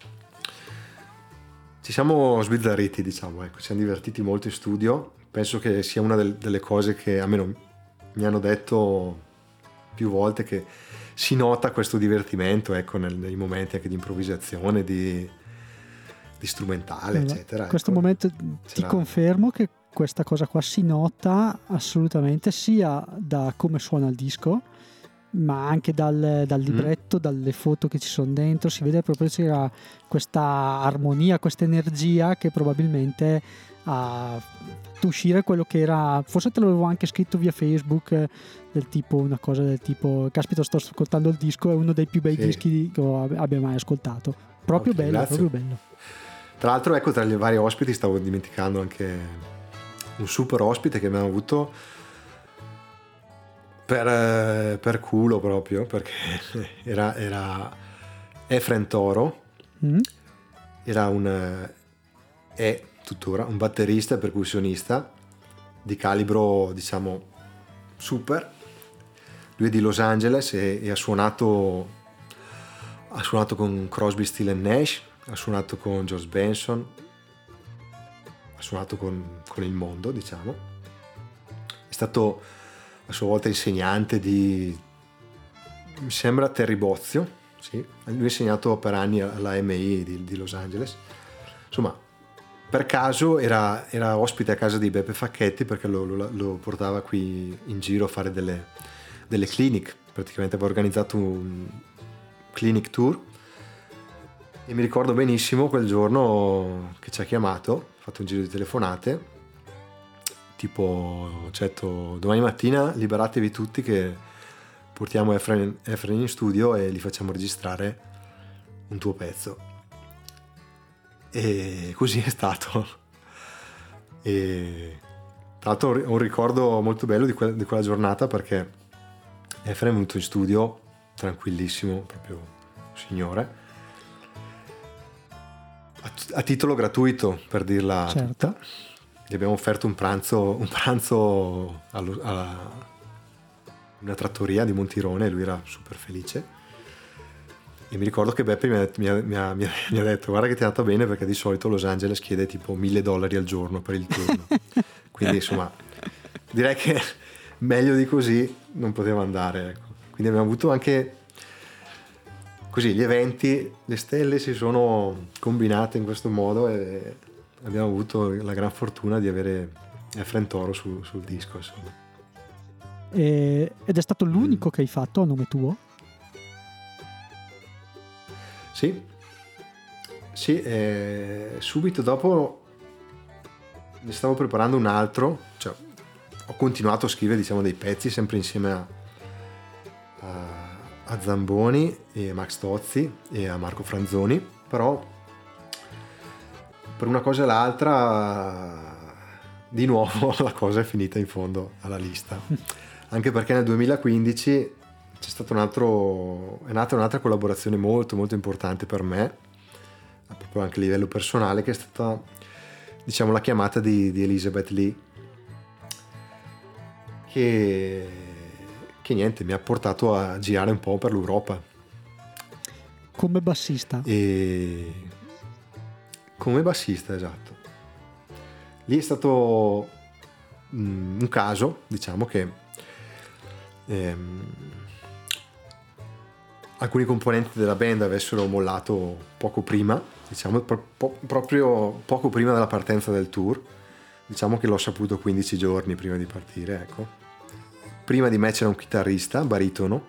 ci siamo sbizzarriti, diciamo, ecco, ci siamo divertiti molto in studio. Penso che sia una delle cose che almeno mi hanno detto più volte, che si nota questo divertimento, ecco, nei momenti anche di improvvisazione, di strumentale, Allora, eccetera. In questo ecco. momento ti confermo che questa cosa qua si nota assolutamente, sia da come suona il disco, ma anche dal libretto, dalle foto che ci sono dentro. Si vede proprio che c'era questa armonia, questa energia che probabilmente ha fatto uscire quello che era. Forse te l'avevo anche scritto via Facebook, del tipo, una cosa del tipo: caspita, sto ascoltando il disco, è uno dei più bei dischi che abbia mai ascoltato. Proprio bello, grazie. proprio bello. Tra l'altro, ecco, tra gli vari ospiti stavo dimenticando anche un super ospite che abbiamo avuto per culo proprio, perché era Efren Toro. Era è tuttora un batterista e percussionista di calibro, diciamo, super. Lui è di Los Angeles e ha suonato con Crosby, Stills & Nash, ha suonato con George Benson, ha suonato con il mondo, diciamo. È stato a sua volta insegnante mi sembra Terry Bozzio, sì. Lui ha insegnato per anni alla MI di Los Angeles. Insomma, per caso era ospite a casa di Beppe Facchetti, perché lo portava qui in giro a fare delle clinic. Praticamente aveva organizzato un clinic tour, e mi ricordo benissimo quel giorno che ci ha chiamato, ha fatto un giro di telefonate, tipo: certo, domani mattina liberatevi tutti che portiamo Efren in studio e gli facciamo registrare un tuo pezzo. E così è stato. E tra l'altro ho un ricordo molto bello di quella giornata, perché Efraim è venuto in studio tranquillissimo, proprio signore, a titolo gratuito, per dirla Certo. tutta. Gli abbiamo offerto un pranzo a una trattoria di Montirone e lui era super felice. E mi ricordo che Beppe mi ha detto: guarda che ti è andata bene, perché di solito Los Angeles chiede tipo $1.000 al giorno per il turno. Quindi insomma direi che meglio di così non poteva andare, ecco. Quindi abbiamo avuto anche così gli eventi, le stelle si sono combinate in questo modo e abbiamo avuto la gran fortuna di avere Efraim Toro sul disco, insomma. Ed è stato l'unico che hai fatto a nome tuo? Sì, subito dopo ne stavo preparando un altro, cioè ho continuato a scrivere, diciamo, dei pezzi sempre insieme a Zamboni e a Max Tozzi e a Marco Franzoni, però per una cosa e l'altra di nuovo la cosa è finita in fondo alla lista, anche perché nel 2015 c'è stato è nata un'altra collaborazione molto molto importante per me, proprio anche a livello personale, che è stata, diciamo, la chiamata di Elizabeth Lee, che niente, mi ha portato a girare un po' per l'Europa Come bassista? E come bassista, esatto. Lì è stato un caso, diciamo, che alcuni componenti della band avessero mollato poco prima, diciamo, proprio poco prima della partenza del tour. Diciamo che l'ho saputo 15 giorni prima di partire, ecco. Prima di me c'era un chitarrista baritono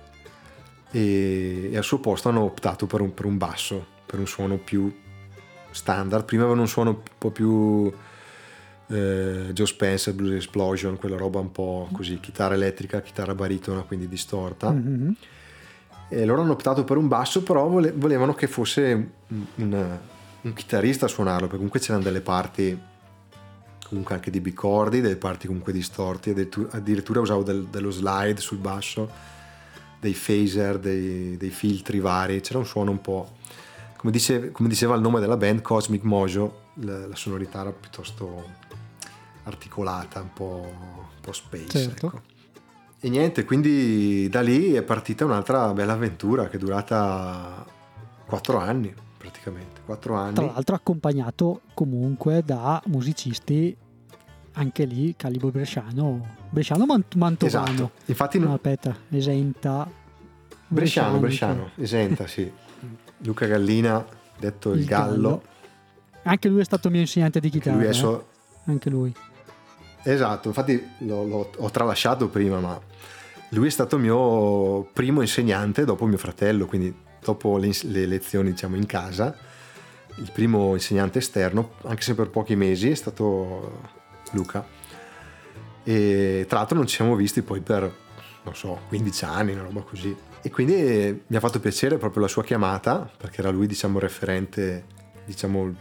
e al suo posto hanno optato per un basso, per un suono più standard. Prima avevano un suono un po' più Joe Spencer, Blues Explosion, quella roba un po' così, chitarra elettrica, chitarra baritona, quindi distorta. Mm-hmm. E loro hanno optato per un basso, però volevano che fosse un chitarrista a suonarlo, perché comunque c'erano delle parti comunque anche di bicordi, delle parti comunque distorti, addirittura usavo dello slide sul basso, dei phaser, dei filtri vari. C'era un suono un po', come diceva il nome della band, Cosmic Mojo. La sonorità era piuttosto articolata, un po' space, certo. ecco. E niente, quindi da lì è partita un'altra bella avventura che è durata 4 anni praticamente. 4 anni. Tra l'altro accompagnato comunque da musicisti anche lì calibro bresciano mantovano. Esatto. Infatti no, aspetta, esenta bresciano, esenta, sì. Luca Gallina, detto il Gallo. Anche lui è stato mio insegnante di chitarra. Anche lui. Esatto, infatti ho tralasciato prima, ma lui è stato il mio primo insegnante dopo mio fratello, quindi dopo le lezioni, diciamo, in casa, il primo insegnante esterno, anche se per pochi mesi, è stato Luca. E tra l'altro non ci siamo visti poi per, non so, 15 anni, una roba così. E quindi mi ha fatto piacere proprio la sua chiamata, perché era lui, diciamo, il referente, diciamo,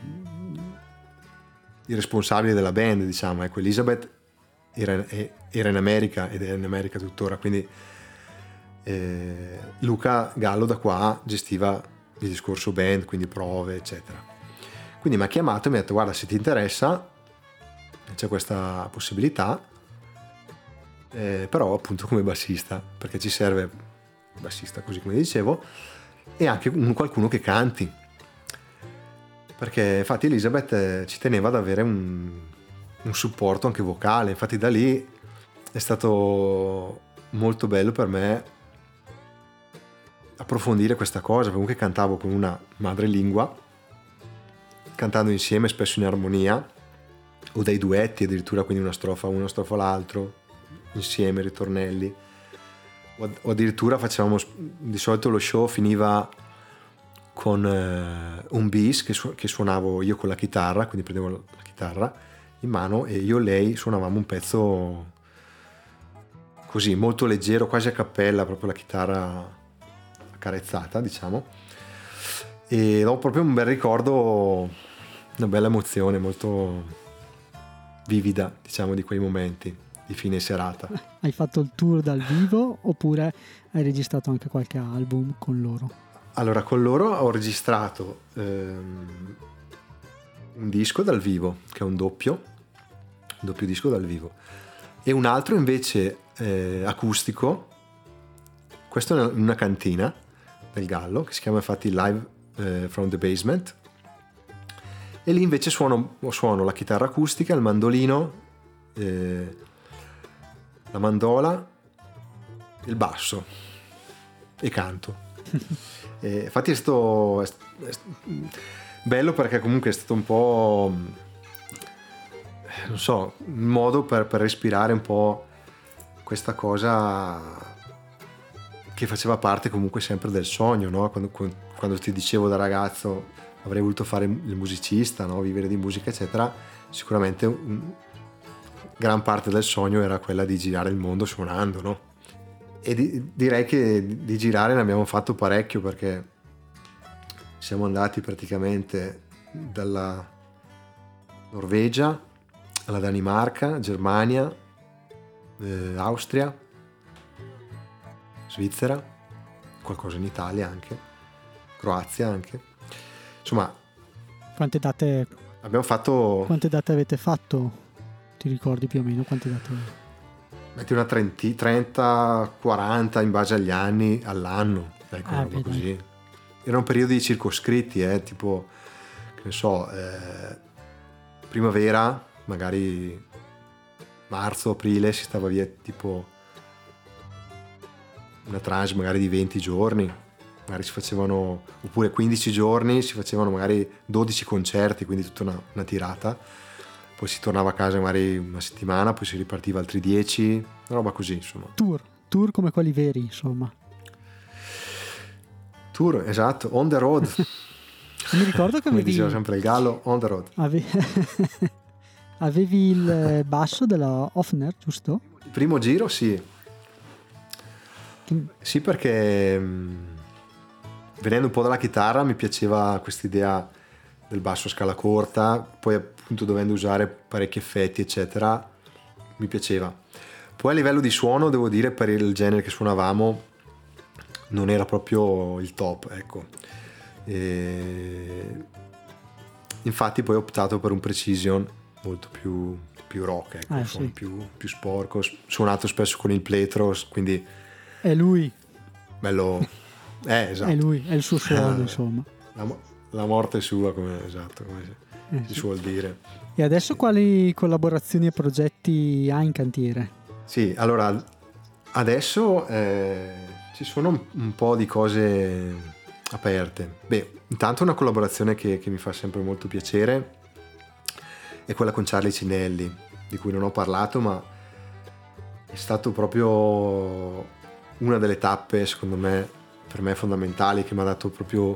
il responsabile della band, diciamo. Ecco, Elizabeth era in America ed è in America tuttora, quindi Luca Gallo da qua gestiva il discorso band, quindi prove, eccetera. Quindi mi ha chiamato e mi ha detto: guarda, se ti interessa c'è questa possibilità, però appunto come bassista, perché ci serve un bassista, così come dicevo, e anche qualcuno che canti, perché infatti Elizabeth ci teneva ad avere un supporto anche vocale. Infatti da lì è stato molto bello per me approfondire questa cosa. Comunque cantavo con una madrelingua, cantando insieme, spesso in armonia, o dei duetti addirittura, quindi una strofa uno, una strofa l'altro, insieme, ritornelli, o addirittura facevamo, di solito lo show finiva con un bis che suonavo io con la chitarra, quindi prendevo la chitarra in mano e io e lei suonavamo un pezzo così molto leggero, quasi a cappella, proprio la chitarra accarezzata, diciamo. E ho proprio un bel ricordo una bella emozione molto vivida, diciamo, di quei momenti di fine serata. Hai fatto il tour dal vivo oppure hai registrato anche qualche album con loro? Allora, con loro ho registrato un disco dal vivo, che è un doppio disco dal vivo, e un altro invece acustico, questo in una cantina del Gallo, che si chiama infatti Live from the Basement, e lì invece suono la chitarra acustica, il mandolino, la mandola, il basso e canto. Infatti è stato bello, perché comunque è stato un po', non so, un modo per respirare un po' questa cosa che faceva parte comunque sempre del sogno, no? Quando ti dicevo da ragazzo avrei voluto fare il musicista, no? Vivere di musica eccetera, sicuramente gran parte del sogno era quella di girare il mondo suonando, no? E direi che di girare ne abbiamo fatto parecchio, perché siamo andati praticamente dalla Norvegia alla Danimarca, Germania, Austria, Svizzera, qualcosa in Italia anche, Croazia anche. Insomma, Quante date avete fatto? Ti ricordi più o meno quante date? Metti una 30, 40 in base agli anni all'anno, ecco, una roba così. Erano periodi circoscritti, tipo, che ne so, primavera, magari marzo, aprile, si stava via tipo una tranche magari di 20 giorni, magari si facevano, oppure 15 giorni, si facevano magari 12 concerti, quindi tutta una tirata, poi si tornava a casa magari una settimana, poi si ripartiva altri 10, una roba così, insomma. Tour come quelli veri, insomma. Tour, esatto, on the road. Mi ricordo che come diceva sempre il Gallo, on the road. Avevi il basso della Hofner, giusto? Il primo giro sì, perché venendo un po' dalla chitarra mi piaceva quest'idea del basso a scala corta, poi appunto dovendo usare parecchi effetti eccetera, mi piaceva. Poi a livello di suono devo dire, per il genere che suonavamo non era proprio il top, ecco. Infatti poi ho optato per un Precision molto più rock, ecco, sì. più sporco, suonato spesso con il pletro, quindi è lui bello, esatto, è lui, è il suo suono, insomma. La morte sua, come si suol dire. E adesso quali collaborazioni e progetti hai in cantiere? Sì, allora adesso ci sono un po' di cose aperte. Beh, intanto una collaborazione che mi fa sempre molto piacere è quella con Charlie Cinelli, di cui non ho parlato, ma è stato proprio una delle tappe, secondo me, per me fondamentali, che mi ha dato proprio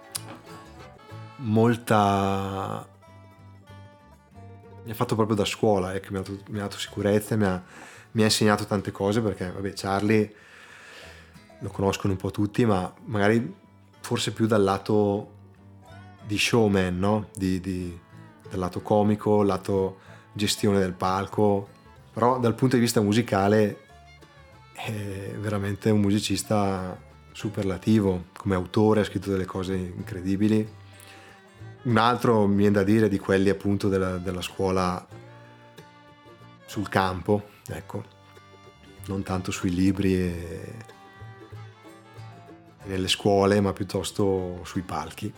molta, mi ha fatto proprio da scuola, che mi ha dato sicurezza, mi ha insegnato tante cose, perché vabbè, Charlie lo conoscono un po' tutti, ma magari forse più dal lato di showman, no? Dal lato comico, lato gestione del palco, però dal punto di vista musicale è veramente un musicista superlativo, come autore ha scritto delle cose incredibili. Un altro, mi viene da dire, di quelli appunto della scuola sul campo, ecco, non tanto sui libri e nelle scuole, ma piuttosto sui palchi.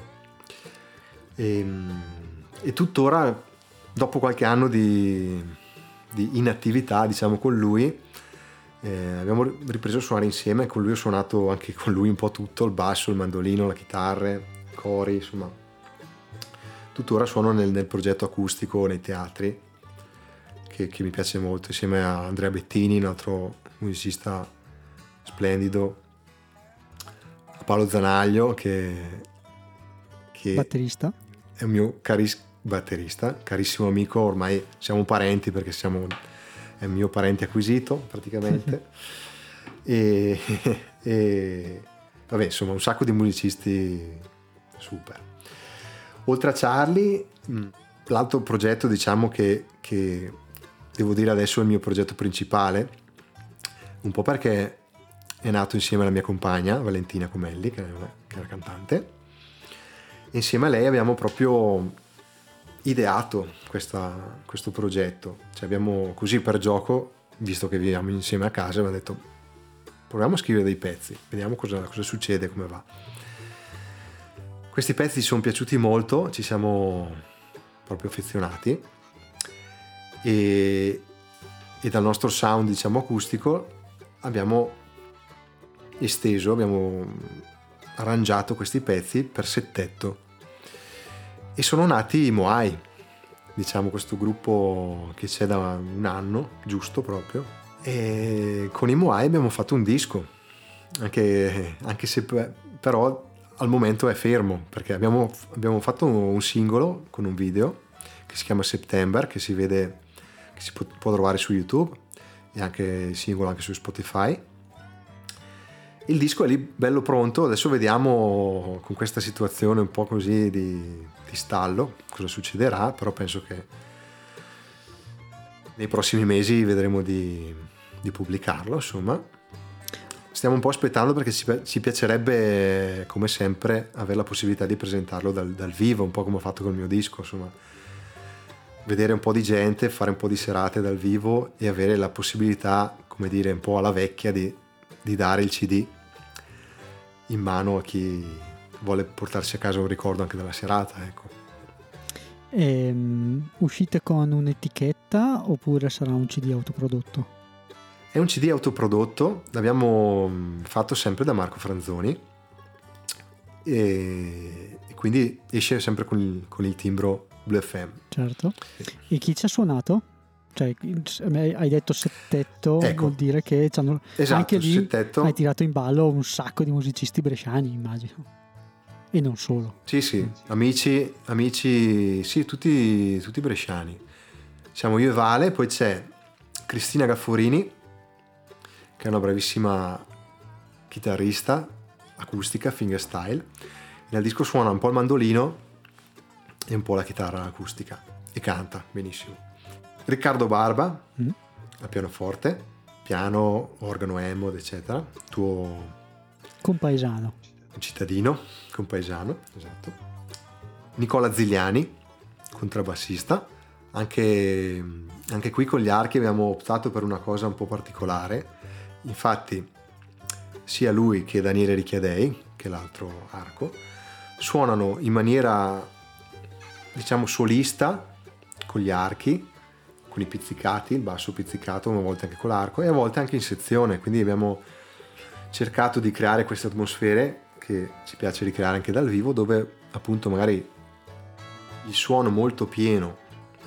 E tuttora, dopo qualche anno di inattività, diciamo, con lui, abbiamo ripreso a suonare insieme. Con lui ho suonato anche con lui un po' tutto, il basso, il mandolino, la chitarra, cori, insomma. Tuttora suono nel progetto acustico nei teatri, che mi piace molto, insieme a Andrea Bettini, un altro musicista splendido, a Paolo Zanaglio, che batterista, è un mio batterista, carissimo amico, ormai siamo parenti, perché è un mio parente acquisito praticamente. e vabbè, insomma, un sacco di musicisti super. Oltre a Charlie, l'altro progetto, diciamo che devo dire adesso è il mio progetto principale, un po' perché è nato insieme alla mia compagna Valentina Comelli, che è una cantante, e insieme a lei abbiamo proprio ideato questo progetto. Cioè abbiamo, così per gioco, visto che viviamo insieme a casa, abbiamo detto proviamo a scrivere dei pezzi, vediamo cosa succede, come va. Questi pezzi ci sono piaciuti molto, ci siamo proprio affezionati, e dal nostro sound, diciamo, acustico abbiamo arrangiato questi pezzi per settetto, e sono nati i Moai, diciamo, questo gruppo che c'è da un anno giusto proprio, e con i Moai abbiamo fatto un disco, anche se però al momento è fermo, perché abbiamo fatto un singolo con un video che si chiama September, che si vede, che si può trovare su YouTube, e anche il singolo anche su Spotify. Il disco è lì bello pronto, adesso vediamo con questa situazione un po' così di stallo cosa succederà, però penso che nei prossimi mesi vedremo di pubblicarlo, insomma. Stiamo un po' aspettando perché ci piacerebbe, come sempre, avere la possibilità di presentarlo dal vivo, un po' come ho fatto col mio disco, insomma, vedere un po' di gente, fare un po' di serate dal vivo e avere la possibilità, come dire, un po' alla vecchia di dare il CD in mano a chi vuole portarsi a casa un ricordo anche della serata, ecco. Uscite con un'etichetta oppure sarà un CD autoprodotto? È un CD autoprodotto, l'abbiamo fatto sempre da Marco Franzoni, e quindi esce sempre con il timbro Blue FM. Certo. E chi ci ha suonato? Cioè, hai detto settetto, ecco, vuol dire che esatto, anche lì settetto. Hai tirato in ballo un sacco di musicisti bresciani, immagino, e non solo. Sì, amici, sì, tutti bresciani. Siamo io e Vale, poi c'è Cristina Gafforini, che è una bravissima chitarrista acustica, fingerstyle. Nel disco suona un po' il mandolino e un po' la chitarra acustica e canta benissimo. Riccardo Barba al pianoforte, piano, organo Hammond, eccetera, tuo compaesano, cittadino, compaesano, esatto. Nicola Zigliani, contrabbassista. Anche qui con gli archi abbiamo optato per una cosa un po' particolare. Infatti sia lui che Daniele Richiadei, che è l'altro arco, suonano in maniera, diciamo, solista con gli archi, con i pizzicati, il basso pizzicato, a volte anche con l'arco e a volte anche in sezione. Quindi abbiamo cercato di creare queste atmosfere che ci piace ricreare anche dal vivo, dove appunto magari il suono molto pieno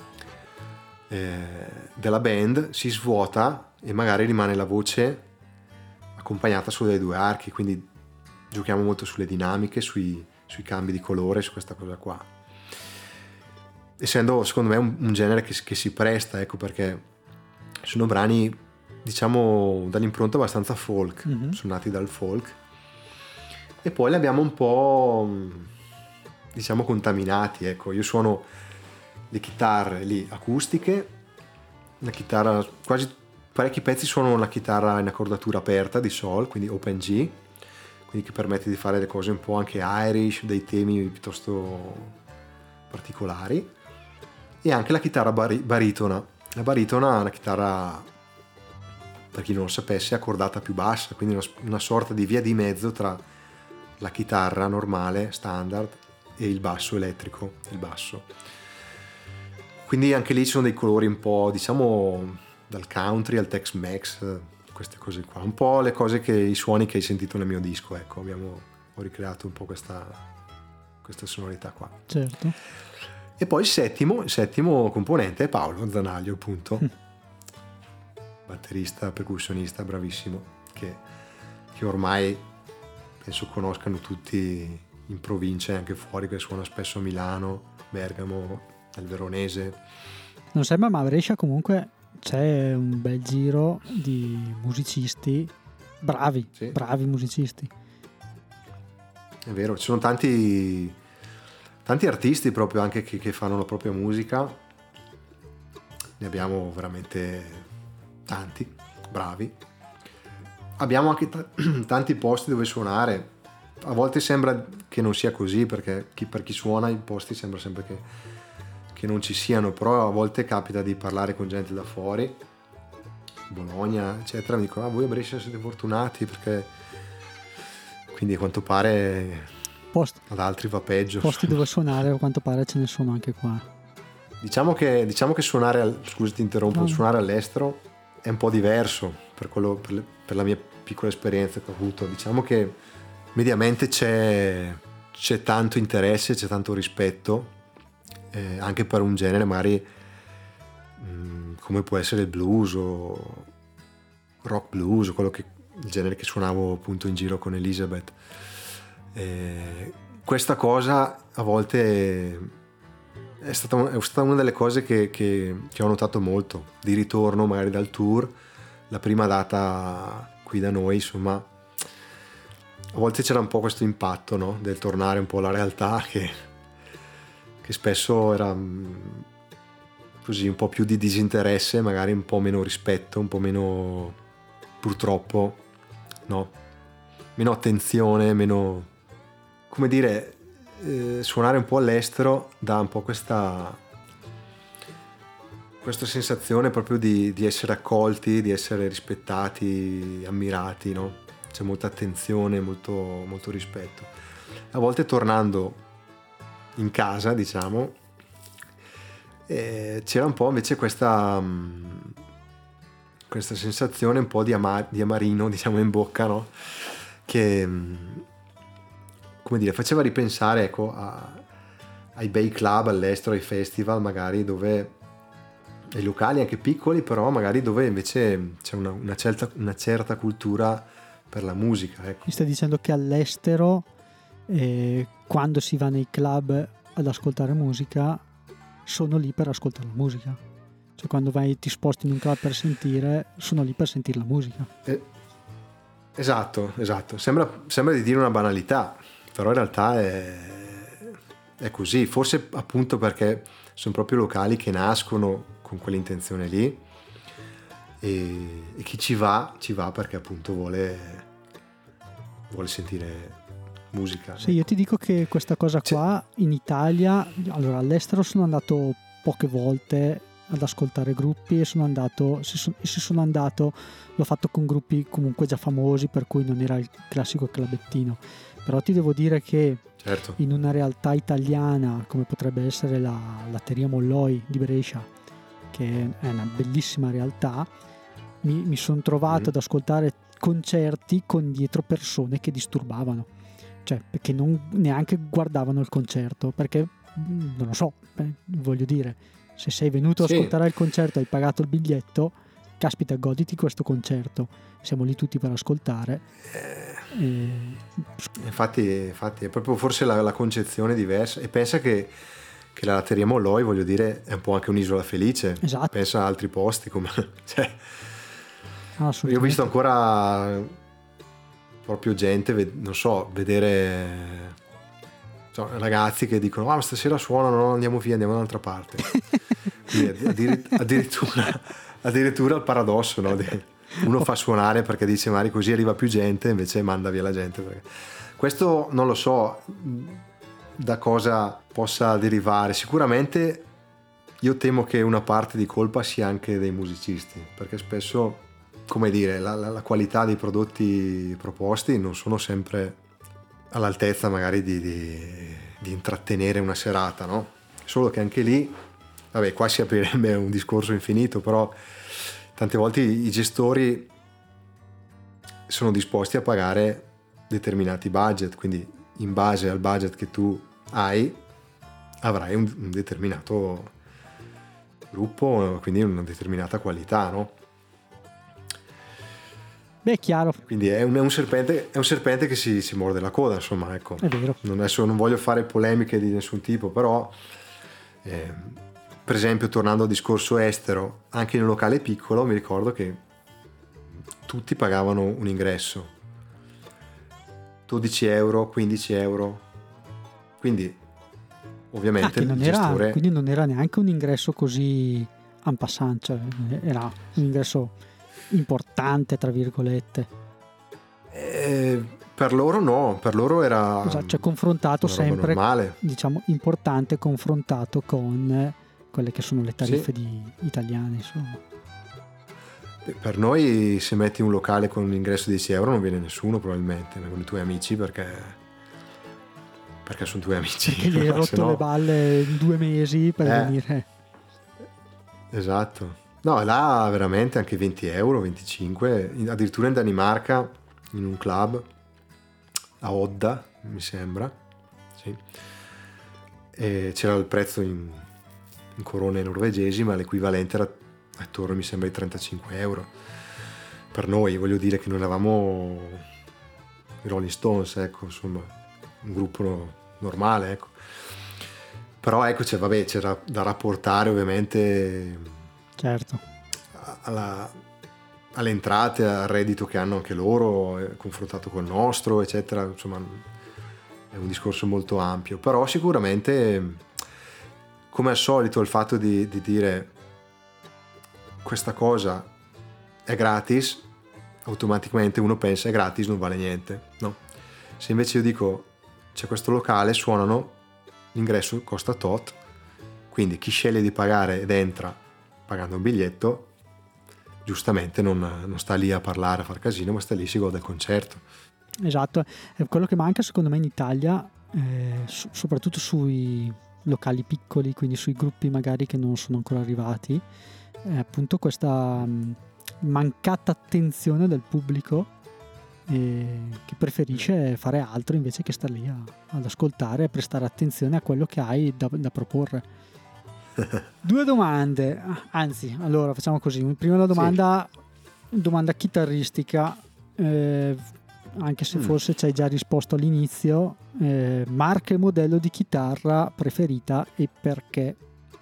della band si svuota e magari rimane la voce accompagnata solo dai due archi, quindi giochiamo molto sulle dinamiche, sui cambi di colore, su questa cosa qua, essendo secondo me un genere che si presta, ecco, perché sono brani, diciamo, dall'impronta abbastanza folk, sono nati dal folk, e poi li abbiamo un po', diciamo, contaminati, ecco. Io suono le chitarre lì acustiche, la chitarra, quasi parecchi pezzi suono la chitarra in accordatura aperta di Sol, quindi Open G, quindi che permette di fare le cose un po' anche Irish, dei temi piuttosto particolari, e anche la chitarra baritona. La baritona è una chitarra, per chi non lo sapesse, accordata più bassa, quindi una sorta di via di mezzo tra la chitarra normale, standard, e il basso elettrico, il basso. Quindi anche lì ci sono dei colori un po', diciamo, dal country al Tex-Mex, queste cose qua, un po' le cose i suoni che hai sentito nel mio disco, ecco. Ho ricreato un po' questa sonorità qua. Certo. E poi il settimo componente è Paolo Zanaglio, appunto, batterista, percussionista bravissimo, che ormai penso conoscano tutti in provincia e anche fuori, che suona spesso a Milano, Bergamo, al Veronese. Non sembra, ma a Brescia comunque c'è un bel giro di musicisti bravi, bravi musicisti. È vero, ci sono tanti tanti artisti proprio anche che fanno la propria musica, ne abbiamo veramente tanti, bravi. Abbiamo anche tanti posti dove suonare. A volte sembra che non sia così, perché per chi suona i posti sembra sempre che non ci siano, però a volte capita di parlare con gente da fuori, Bologna eccetera, mi dicono voi a Brescia siete fortunati, perché quindi a quanto pare ad altri va peggio. Posti dove suonare a quanto pare ce ne sono anche qua. Diciamo che suonare, scusa ti interrompo, No. Suonare all'estero è un po' diverso per la mia piccola esperienza che ho avuto. Diciamo che mediamente c'è tanto interesse, c'è tanto rispetto, anche per un genere magari come può essere il blues o rock blues, o il genere che suonavo appunto in giro con Elizabeth. Questa cosa a volte è stata una delle cose che ho notato molto, di ritorno magari dal tour, la prima data qui da noi, insomma, a volte c'era un po' questo impatto, no? Del tornare un po' alla realtà, che spesso era così un po' più di disinteresse, magari un po' meno rispetto, un po' meno, purtroppo, no? Meno attenzione, meno, come dire, suonare un po' all'estero dà un po' questa sensazione proprio di essere accolti, di essere rispettati, ammirati, no? C'è molta attenzione, molto, molto rispetto. A volte tornando in casa, diciamo, c'era un po' invece questa sensazione un po' di amarino, diciamo, in bocca, no? Che, come dire, faceva ripensare, ecco, ai bei club all'estero, ai festival magari, dove ai locali anche piccoli, però magari dove invece c'è una certa cultura per la musica, ecco. Mi stai dicendo che all'estero quando si va nei club ad ascoltare musica sono lì per ascoltare la musica, cioè quando ti sposti in un club per sentire, sono lì per sentire la musica. Esatto, sembra di dire una banalità, però in realtà è così, forse appunto perché sono proprio locali che nascono con quell'intenzione lì, e chi ci va perché appunto vuole sentire musica. Sì, io ti dico che questa cosa qua in Italia, allora all'estero sono andato poche volte ad ascoltare gruppi e sono andato, l'ho fatto con gruppi comunque già famosi, per cui non era il classico clubettino, però ti devo dire che certo, in una realtà italiana come potrebbe essere la Latteria Molloi di Brescia, che è una bellissima realtà, mi sono trovato ad ascoltare concerti con dietro persone che disturbavano, cioè perché neanche guardavano il concerto, perché non lo so, voglio dire, se sei venuto ad ascoltare il concerto, hai pagato il biglietto, caspita, goditi questo concerto, siamo lì tutti per ascoltare. Infatti è proprio forse la concezione diversa, e pensa che la Latteria Molloi, voglio dire, è un po' anche un'isola felice. Esatto. Pensa a altri posti come cioè, io ho visto ancora proprio gente, non so, vedere ragazzi che dicono ma stasera suonano, no, andiamo via, andiamo da un'altra parte. Quindi addirittura il paradosso, no? Uno fa suonare perché dice magari così arriva più gente, invece manda via la gente, perché questo non lo so da cosa possa derivare. Sicuramente io temo che una parte di colpa sia anche dei musicisti, perché spesso, come dire, la qualità dei prodotti proposti non sono sempre all'altezza magari di intrattenere una serata, no? Solo che anche lì, vabbè, qua si aprirebbe un discorso infinito, però tante volte i gestori sono disposti a pagare determinati budget, quindi in base al budget che tu hai avrai un determinato gruppo, quindi una determinata qualità, no? Beh, chiaro. Quindi è un serpente che si morde la coda, insomma, ecco. È vero. Adesso non voglio fare polemiche di nessun tipo, però per esempio, tornando al discorso estero, anche in un locale piccolo mi ricordo che tutti pagavano un ingresso 12 euro, 15 euro, quindi ovviamente che il non gestore... quindi non era neanche un ingresso così en passant, cioè era un ingresso importante, tra virgolette. Per loro no, per loro era Esatto, cioè confrontato una roba sempre, normale. diciamo, importante confrontato con quelle che sono le tariffe Sì. italiane, insomma. Per noi se metti un locale con un ingresso di 10 euro non viene nessuno probabilmente, con i tuoi amici perché sono tuoi amici. Perché gli hai rotto le balle in 2 mesi per venire. Esatto. No, là veramente anche 20 euro, 25, addirittura in Danimarca, in un club, a Odda, mi sembra, sì. E c'era il prezzo in corone norvegesi, ma l'equivalente era attorno, mi sembra, ai 35 euro. Per noi, voglio dire che noi eravamo i Rolling Stones, ecco, insomma, un gruppo normale, ecco. Però ecco, c'era da rapportare ovviamente, certo, alle entrate, al reddito che hanno anche loro, confrontato col nostro, eccetera. Insomma, è un discorso molto ampio. Però sicuramente, come al solito, il fatto di dire questa cosa è gratis, automaticamente uno pensa è gratis, non vale niente, no? Se invece io dico c'è questo locale, suonano, l'ingresso costa tot, quindi chi sceglie di pagare ed entra pagando un biglietto giustamente non sta lì a parlare, a far casino, ma sta lì, si gode il concerto. Esatto, è quello che manca secondo me in Italia, soprattutto sui locali piccoli, quindi sui gruppi magari che non sono ancora arrivati, è appunto questa mancata attenzione del pubblico che preferisce fare altro invece che star lì ad ascoltare e prestare attenzione a quello che hai da proporre. 2 domande, anzi, allora facciamo così. Prima la domanda, sì. Domanda chitarristica, anche se forse ci hai già risposto all'inizio. Marca e modello di chitarra preferita e perché?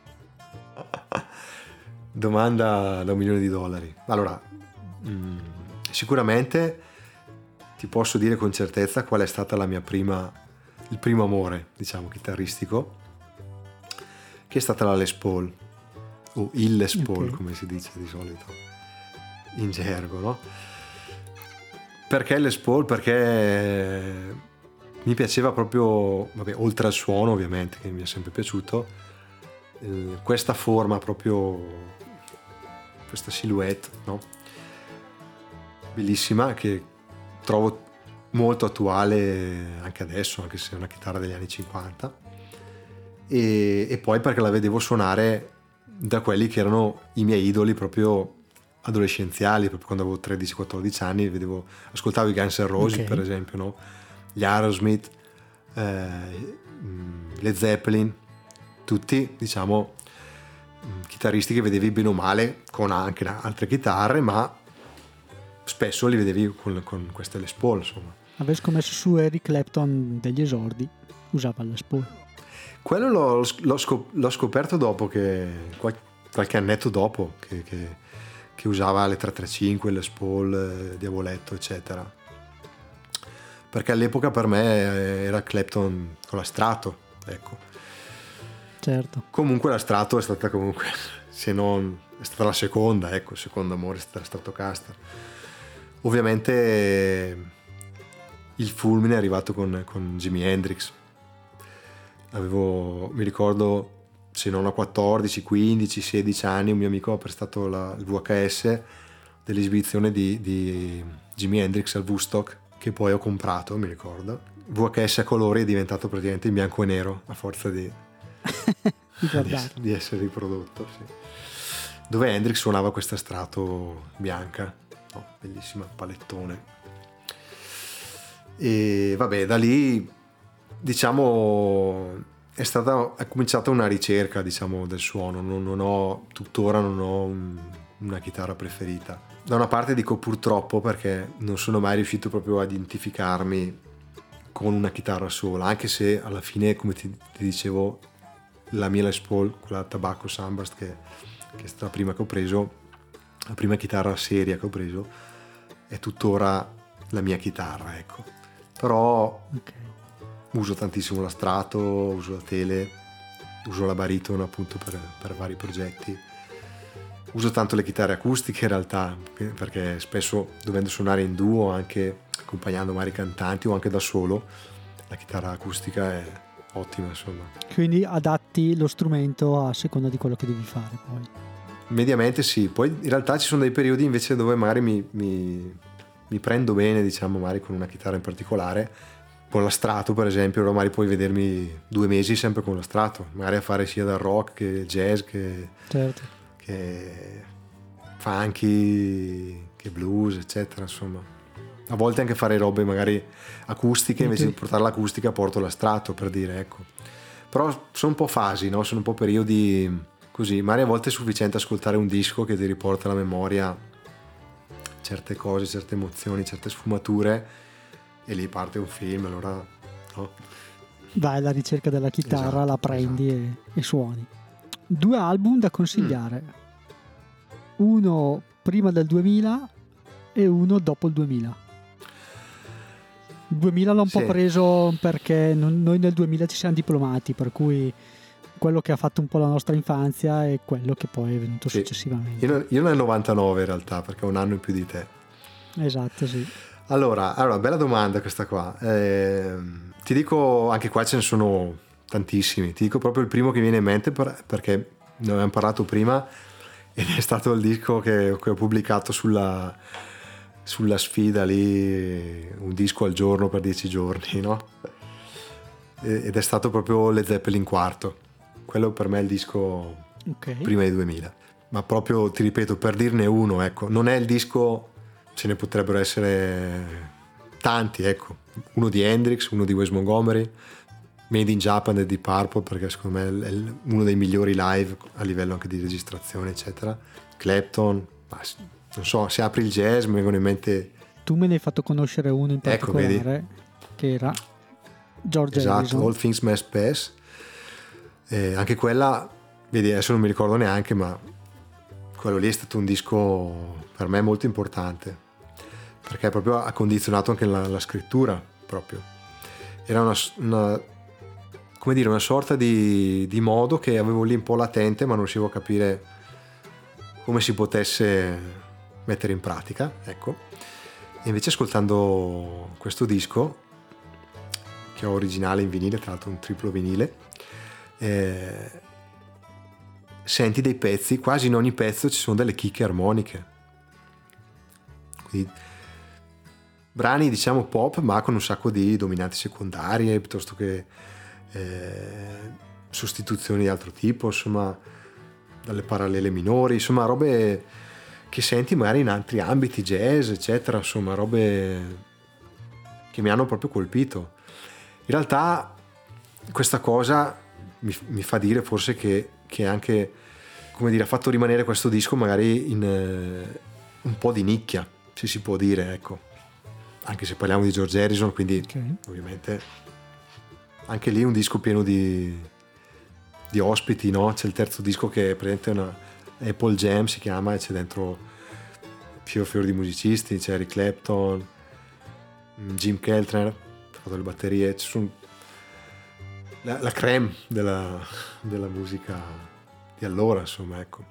Domanda da $1.000.000. Allora, sicuramente ti posso dire con certezza qual è stata il primo amore, diciamo, chitarristico, che è stata la Les Paul, o il Les Paul, okay, come si dice di solito in gergo, no? Perché Les Paul? Perché mi piaceva proprio, oltre al suono ovviamente, che mi è sempre piaciuto, questa forma proprio, questa silhouette, no? Bellissima, che trovo molto attuale anche adesso, anche se è una chitarra degli anni 50. E poi perché la vedevo suonare da quelli che erano i miei idoli proprio adolescenziali, proprio quando avevo 13-14 anni, ascoltavo i Guns N' Roses, okay, per esempio, no? Gli Aerosmith, le Zeppelin, tutti, diciamo, chitarristi che vedevi bene o male con anche altre chitarre, ma spesso li vedevi con queste Les Paul, insomma. Avevi scommesso su Eric Clapton degli esordi, usava Les Paul. Quello l'ho scoperto dopo, qualche annetto dopo, che usava le 335, Les Paul, Diavoletto, eccetera. Perché all'epoca per me era Clapton con la Strato, ecco. Certo. Comunque la Strato è stata comunque, se non è stata la seconda, ecco, il secondo amore è stata la Stratocaster. Ovviamente il fulmine è arrivato con Jimi Hendrix. Mi ricordo, se non a 14, 15, 16 anni, un mio amico ha prestato il VHS dell'esibizione di Jimi Hendrix al Woodstock, che poi ho comprato, mi ricordo. VHS a colori è diventato praticamente in bianco e nero a forza di essere riprodotto, sì. Dove Hendrix suonava questa Strato bianca, no, bellissima, palettone. E vabbè, da lì, diciamo, è cominciata una ricerca, diciamo, del suono. Tuttora non ho una chitarra preferita. Da una parte dico purtroppo, perché non sono mai riuscito proprio a identificarmi con una chitarra sola, anche se alla fine, come ti dicevo, la mia Les Paul, quella Tabacco Sunburst, che è stata la prima che ho preso, la prima chitarra seria che ho preso, è tuttora la mia chitarra, ecco. Però okay, uso tantissimo la Strato, uso la Tele, uso la baritono appunto per vari progetti. Uso tanto le chitarre acustiche in realtà, perché spesso dovendo suonare in duo, anche accompagnando magari cantanti o anche da solo, la chitarra acustica è ottima, insomma. Quindi adatti lo strumento a seconda di quello che devi fare poi. Mediamente sì, poi in realtà ci sono dei periodi invece dove magari mi prendo bene, diciamo, magari con una chitarra in particolare, con la Strato per esempio, magari puoi vedermi 2 mesi sempre con la Strato, magari a fare sia da rock che jazz Certo. che funky, che blues, eccetera, insomma. A volte anche fare robe magari acustiche, invece di portare l'acustica porto la Strato, per dire, ecco. Però sono un po' fasi, no? Sono un po' periodi così, magari a volte è sufficiente ascoltare un disco che ti riporta alla memoria certe cose, certe emozioni, certe sfumature, e lì parte un film, allora no? Vai alla ricerca della chitarra, Esatto, la prendi e suoni. 2 album da consigliare, uno prima del 2000 e uno dopo il 2000. Il 2000 l'ho un po' preso perché noi nel 2000 ci siamo diplomati, per cui quello che ha fatto un po' la nostra infanzia è quello che poi è venuto successivamente. Io nel 99 in realtà, perché ho un anno in più di te. Esatto, sì. Allora, bella domanda questa qua. Ti dico, anche qua ce ne sono tantissimi. Ti dico proprio il primo che viene in mente perché ne abbiamo parlato prima, ed è stato il disco che ho pubblicato sulla sfida lì, un disco al giorno per 10 giorni, no? Ed è stato proprio Led Zeppelin IV. Quello per me è il disco prima del 2000. Ma proprio, ti ripeto, per dirne uno, ecco, non è il disco, ce ne potrebbero essere tanti, ecco. Uno di Hendrix, uno di Wes Montgomery, Made in Japan e Deep Purple, perché secondo me è uno dei migliori live a livello anche di registrazione, eccetera. Clapton, non so, se apri il jazz mi vengono in mente. Tu me ne hai fatto conoscere uno in particolare, vedi? che era George Harrison. All Things Must Pass. Anche quella, vedi, adesso non mi ricordo neanche, ma quello lì è stato un disco per me molto importante, perché proprio ha condizionato anche la scrittura proprio. Era una sorta di modo che avevo lì un po' latente, ma non riuscivo a capire come si potesse mettere in pratica, ecco. E invece ascoltando questo disco, che ho originale in vinile, tra l'altro un triplo vinile, senti dei pezzi, quasi in ogni pezzo ci sono delle chicche armoniche, quindi brani diciamo pop ma con un sacco di dominanti secondarie piuttosto che sostituzioni di altro tipo, insomma dalle parallele minori, insomma robe che senti magari in altri ambiti, jazz eccetera, insomma robe che mi hanno proprio colpito. In realtà questa cosa mi fa dire forse che anche, come dire, ha fatto rimanere questo disco magari in un po' di nicchia, se si può dire, ecco, anche se parliamo di George Harrison, quindi ovviamente anche lì un disco pieno di ospiti, no? C'è il terzo disco che è praticamente una Apple Jam si chiama, e c'è dentro fior di musicisti, c'è Eric Clapton, Jim Keltner, ha fatto le batterie, ci sono la crème della musica di allora, insomma, ecco.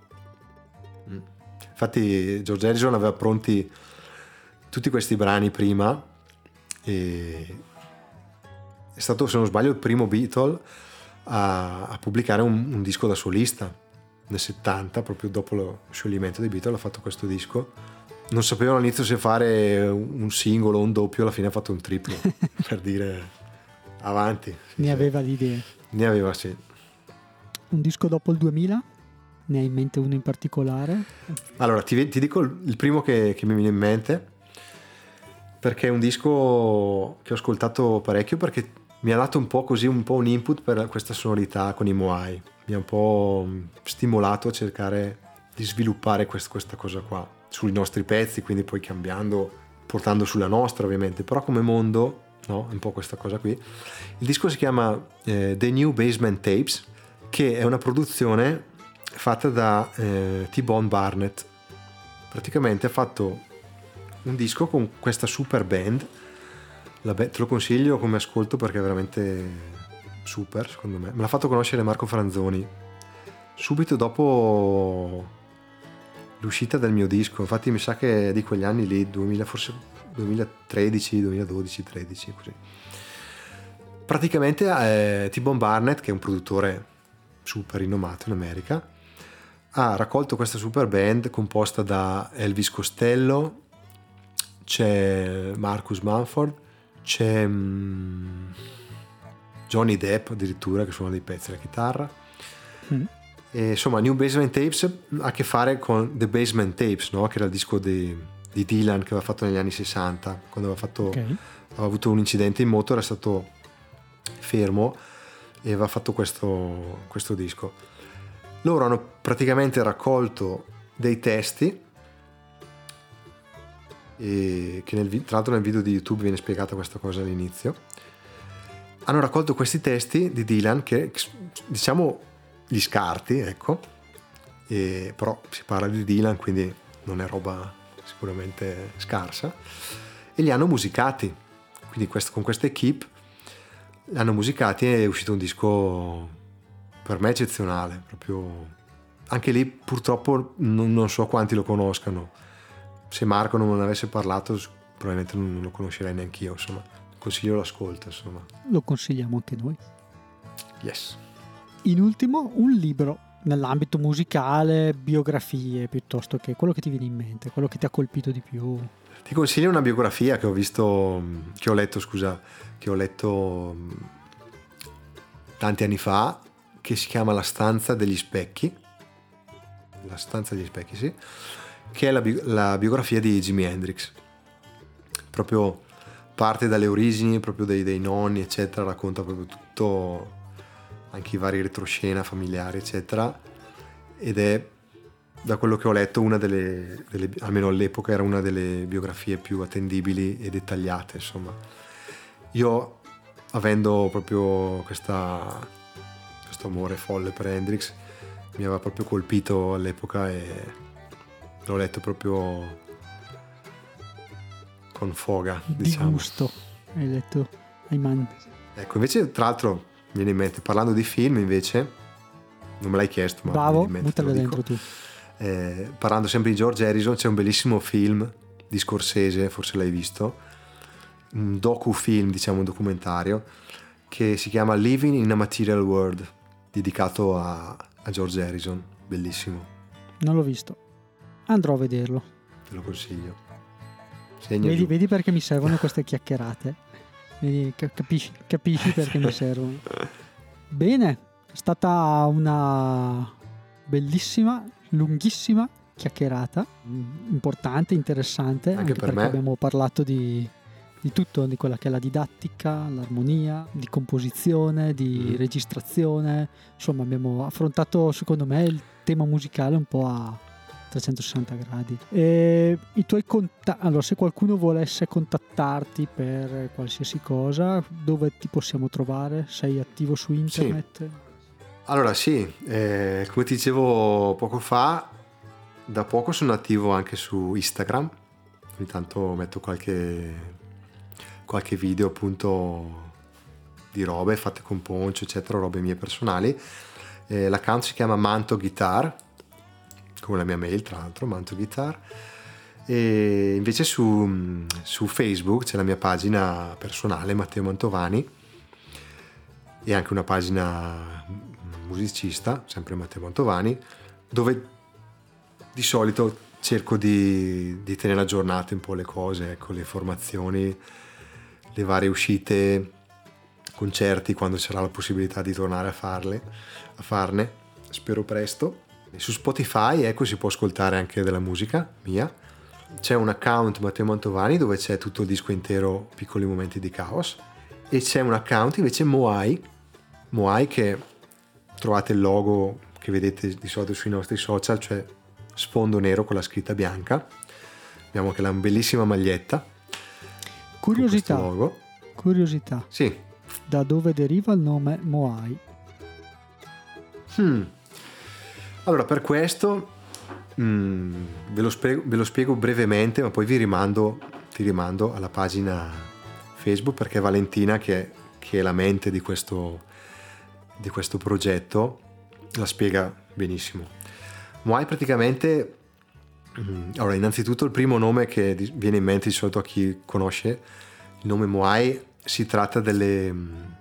Infatti George Harrison aveva pronti tutti questi brani prima, e è stato, se non sbaglio, il primo Beatle a pubblicare un disco da solista nel 70, proprio dopo lo scioglimento dei Beatles ha fatto questo disco. Non sapevano all'inizio se fare un singolo o un doppio, alla fine ha fatto un triplo per dire avanti. Ne aveva l'idea. Ne aveva, sì. Un disco dopo il 2000? Ne hai in mente uno in particolare? Allora ti dico il primo che mi viene in mente, perché è un disco che ho ascoltato parecchio, perché mi ha dato un po' così, un po' un input per questa sonorità con i Moai, mi ha un po' stimolato a cercare di sviluppare questa cosa qua sui nostri pezzi, quindi poi cambiando, portando sulla nostra ovviamente, però come mondo, no? Un po' questa cosa qui. Il disco si chiama The New Basement Tapes, che è una produzione fatta da T-Bone Barnett. Praticamente ha fatto un disco con questa super band. Te lo consiglio come ascolto perché è veramente super, secondo me. Me l'ha fatto conoscere Marco Franzoni subito dopo l'uscita del mio disco. Infatti mi sa che è di quegli anni lì, 2000, forse 2013, 2012, 13, così. Praticamente T-Bone Barnett, che è un produttore super rinomato in America, ha raccolto questa super band composta da Elvis Costello, c'è Marcus Mumford, c'è Johnny Depp addirittura, che suona dei pezzi alla chitarra. E, insomma, New Basement Tapes ha a che fare con The Basement Tapes, no? Che era il disco di Dylan che aveva fatto negli anni 60, quando aveva avuto un incidente in moto, era stato fermo e aveva fatto questo disco. Loro hanno praticamente raccolto dei testi e che tra l'altro nel video di YouTube viene spiegata questa cosa all'inizio. Hanno raccolto questi testi di Dylan che, diciamo, gli scarti, ecco, però si parla di Dylan, quindi non è roba sicuramente scarsa, e li hanno musicati, quindi con questa equipe li hanno musicati e è uscito un disco per me eccezionale, proprio. Anche lì purtroppo non so quanti lo conoscano, se Marco non me ne avesse parlato probabilmente non lo conoscerei neanch'io, insomma. Consiglio l'ascolto, insomma. Lo consigliamo anche noi. Yes. In ultimo, un libro nell'ambito musicale, biografie, piuttosto che quello che ti viene in mente, quello che ti ha colpito di più. Ti consiglio una biografia che ho letto tanti anni fa, che si chiama La stanza degli specchi. La stanza degli specchi, sì. Che è la biografia di Jimi Hendrix. Proprio parte dalle origini, proprio dei nonni, eccetera, racconta proprio tutto, anche i vari retroscena familiari, eccetera, ed è, da quello che ho letto, una delle almeno all'epoca era una delle biografie più attendibili e dettagliate, insomma. Io, avendo proprio questo amore folle per Hendrix, mi aveva proprio colpito all'epoca e l'ho letto proprio con foga, diciamo. Di gusto, hai letto Ayman. Ecco, invece, tra l'altro, mi viene in mente, parlando di film, invece, non me l'hai chiesto, ma bravo, buttalo dentro tu. Parlando sempre di George Harrison, c'è un bellissimo film di Scorsese, forse l'hai visto, un docufilm, diciamo un documentario, che si chiama Living in a Material World, dedicato a George Harrison, bellissimo. Non l'ho visto, andrò a vederlo. Te lo consiglio. Vedi perché mi servono queste chiacchierate. Vedi, capisci perché mi servono. Bene, è stata una bellissima, lunghissima chiacchierata, importante, interessante, anche per perché me. Abbiamo parlato di tutto, di quella che è la didattica, l'armonia, di composizione, di registrazione. Insomma, abbiamo affrontato, secondo me, il tema musicale un po' a 360 gradi. E i tuoi contatti, allora, se qualcuno volesse contattarti per qualsiasi cosa, dove ti possiamo trovare? Sei attivo su internet? Sì. Allora sì, come ti dicevo poco fa, da poco sono attivo anche su Instagram, ogni tanto metto qualche video appunto di robe fatte con Poncio, eccetera, robe mie personali. L'account si chiama Manto Guitar, come la mia mail, tra l'altro, Manto Guitar. E invece su Facebook c'è la mia pagina personale, Matteo Mantovani, e anche una pagina musicista, sempre Matteo Mantovani, dove di solito cerco di tenere aggiornate un po' le cose, ecco, le informazioni, le varie uscite, concerti, quando ci sarà la possibilità di tornare a farne, spero presto. E su Spotify, ecco, si può ascoltare anche della musica mia. C'è un account Matteo Mantovani dove c'è tutto il disco intero, Piccoli momenti di caos, e c'è un account invece Moai, che trovate il logo che vedete di solito sui nostri social, cioè sfondo nero con la scritta bianca. Abbiamo anche la bellissima maglietta. Curiosità. Con questo logo. Curiosità. Sì. Da dove deriva il nome Moai? Allora, per questo ve lo spiego brevemente, ma poi ti rimando alla pagina Facebook, perché è Valentina che è la mente di questo di questo progetto la spiega benissimo. Moai praticamente, allora innanzitutto il primo nome che viene in mente di solito a chi conosce il nome Moai, si tratta delle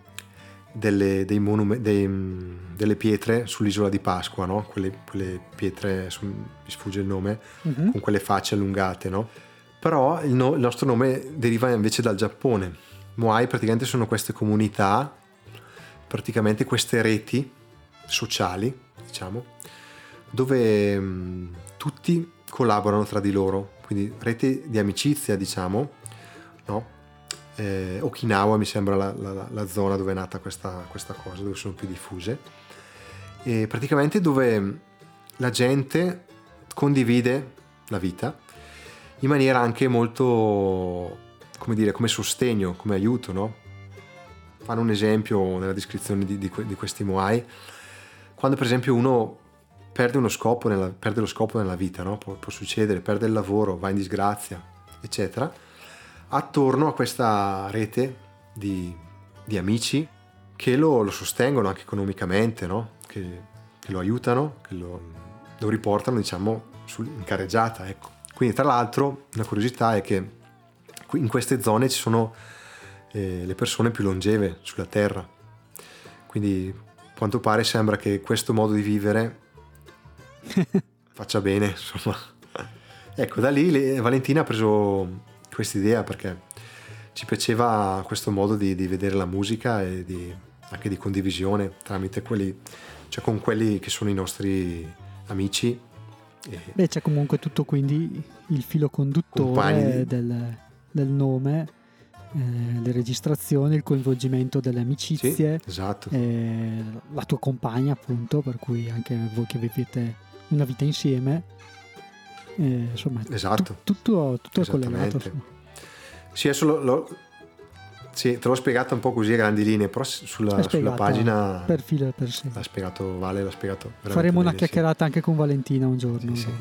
pietre sull'isola di Pasqua, no? Quelle pietre, mi sfugge il nome, con quelle facce allungate, no? Però il nostro nome deriva invece dal Giappone. Moai praticamente sono queste comunità, praticamente queste reti sociali, diciamo, dove tutti collaborano tra di loro, quindi rete di amicizia, diciamo, no? Okinawa mi sembra la zona dove è nata questa cosa, dove sono più diffuse, e praticamente dove la gente condivide la vita in maniera anche molto, come dire, come sostegno, come aiuto, no? Fanno un esempio nella descrizione di questi Moai: quando per esempio uno perde lo scopo nella vita, no? Può succedere, perde il lavoro, va in disgrazia, eccetera. Attorno a questa rete di amici che lo sostengono anche economicamente, no? Che lo aiutano, che lo riportano, diciamo, in carreggiata, ecco. Quindi, tra l'altro, una curiosità è che in queste zone ci sono le persone più longeve sulla Terra. Quindi, a quanto pare, sembra che questo modo di vivere faccia bene, insomma. Ecco, da lì Valentina ha preso questa idea perché ci piaceva questo modo di vedere la musica e anche di condivisione tramite cioè con quelli che sono i nostri amici. Beh, c'è comunque tutto, quindi il filo conduttore del nome, le registrazioni, il coinvolgimento delle amicizie, sì, esatto. La tua compagna, appunto, per cui anche voi che vivete una vita insieme, insomma, esatto. Tutto è collegato. Sì, adesso sì, te l'ho spiegato un po' così a grandi linee, però sulla pagina per filo e per segno l'ha spiegato faremo una chiacchierata anche con Valentina un giorno. Sì.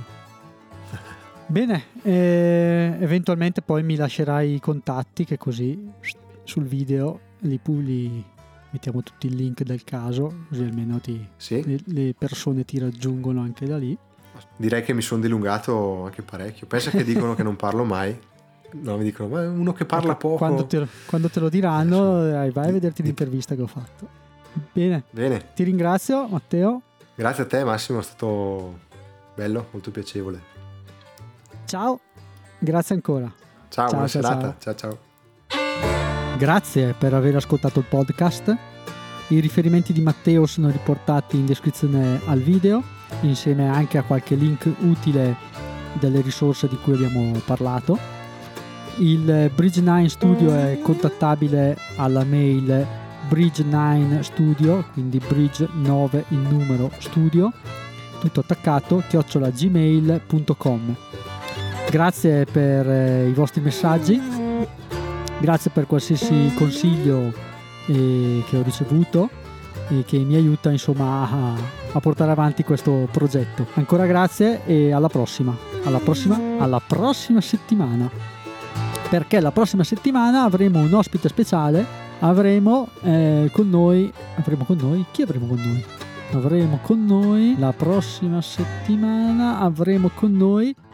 Bene, eventualmente poi mi lascerai i contatti, che così sul video li mettiamo tutti il link del caso, così almeno le persone ti raggiungono anche da lì. Direi che mi sono dilungato anche parecchio. Pensa che dicono che non parlo mai. No, mi dicono, ma uno che parla poco. Quando te lo diranno, vai a vederti l'intervista che ho fatto. Bene. Ti ringrazio, Matteo. Grazie a te, Massimo, è stato bello, molto piacevole. Ciao, grazie ancora. Ciao, buona serata. Ciao. Grazie per aver ascoltato il podcast. I riferimenti di Matteo sono riportati in descrizione al video, insieme anche a qualche link utile delle risorse di cui abbiamo parlato. Il Bridge 9 Studio è contattabile alla mail bridge9studio, quindi bridge 9 in numero studio, tutto attaccato, @gmail.com. Grazie per i vostri messaggi, grazie per qualsiasi consiglio che ho ricevuto e che mi aiuta, insomma, a portare avanti questo progetto. Ancora grazie e alla prossima settimana. Perché la prossima settimana avremo un ospite speciale, avremo con noi la prossima settimana avremo con noi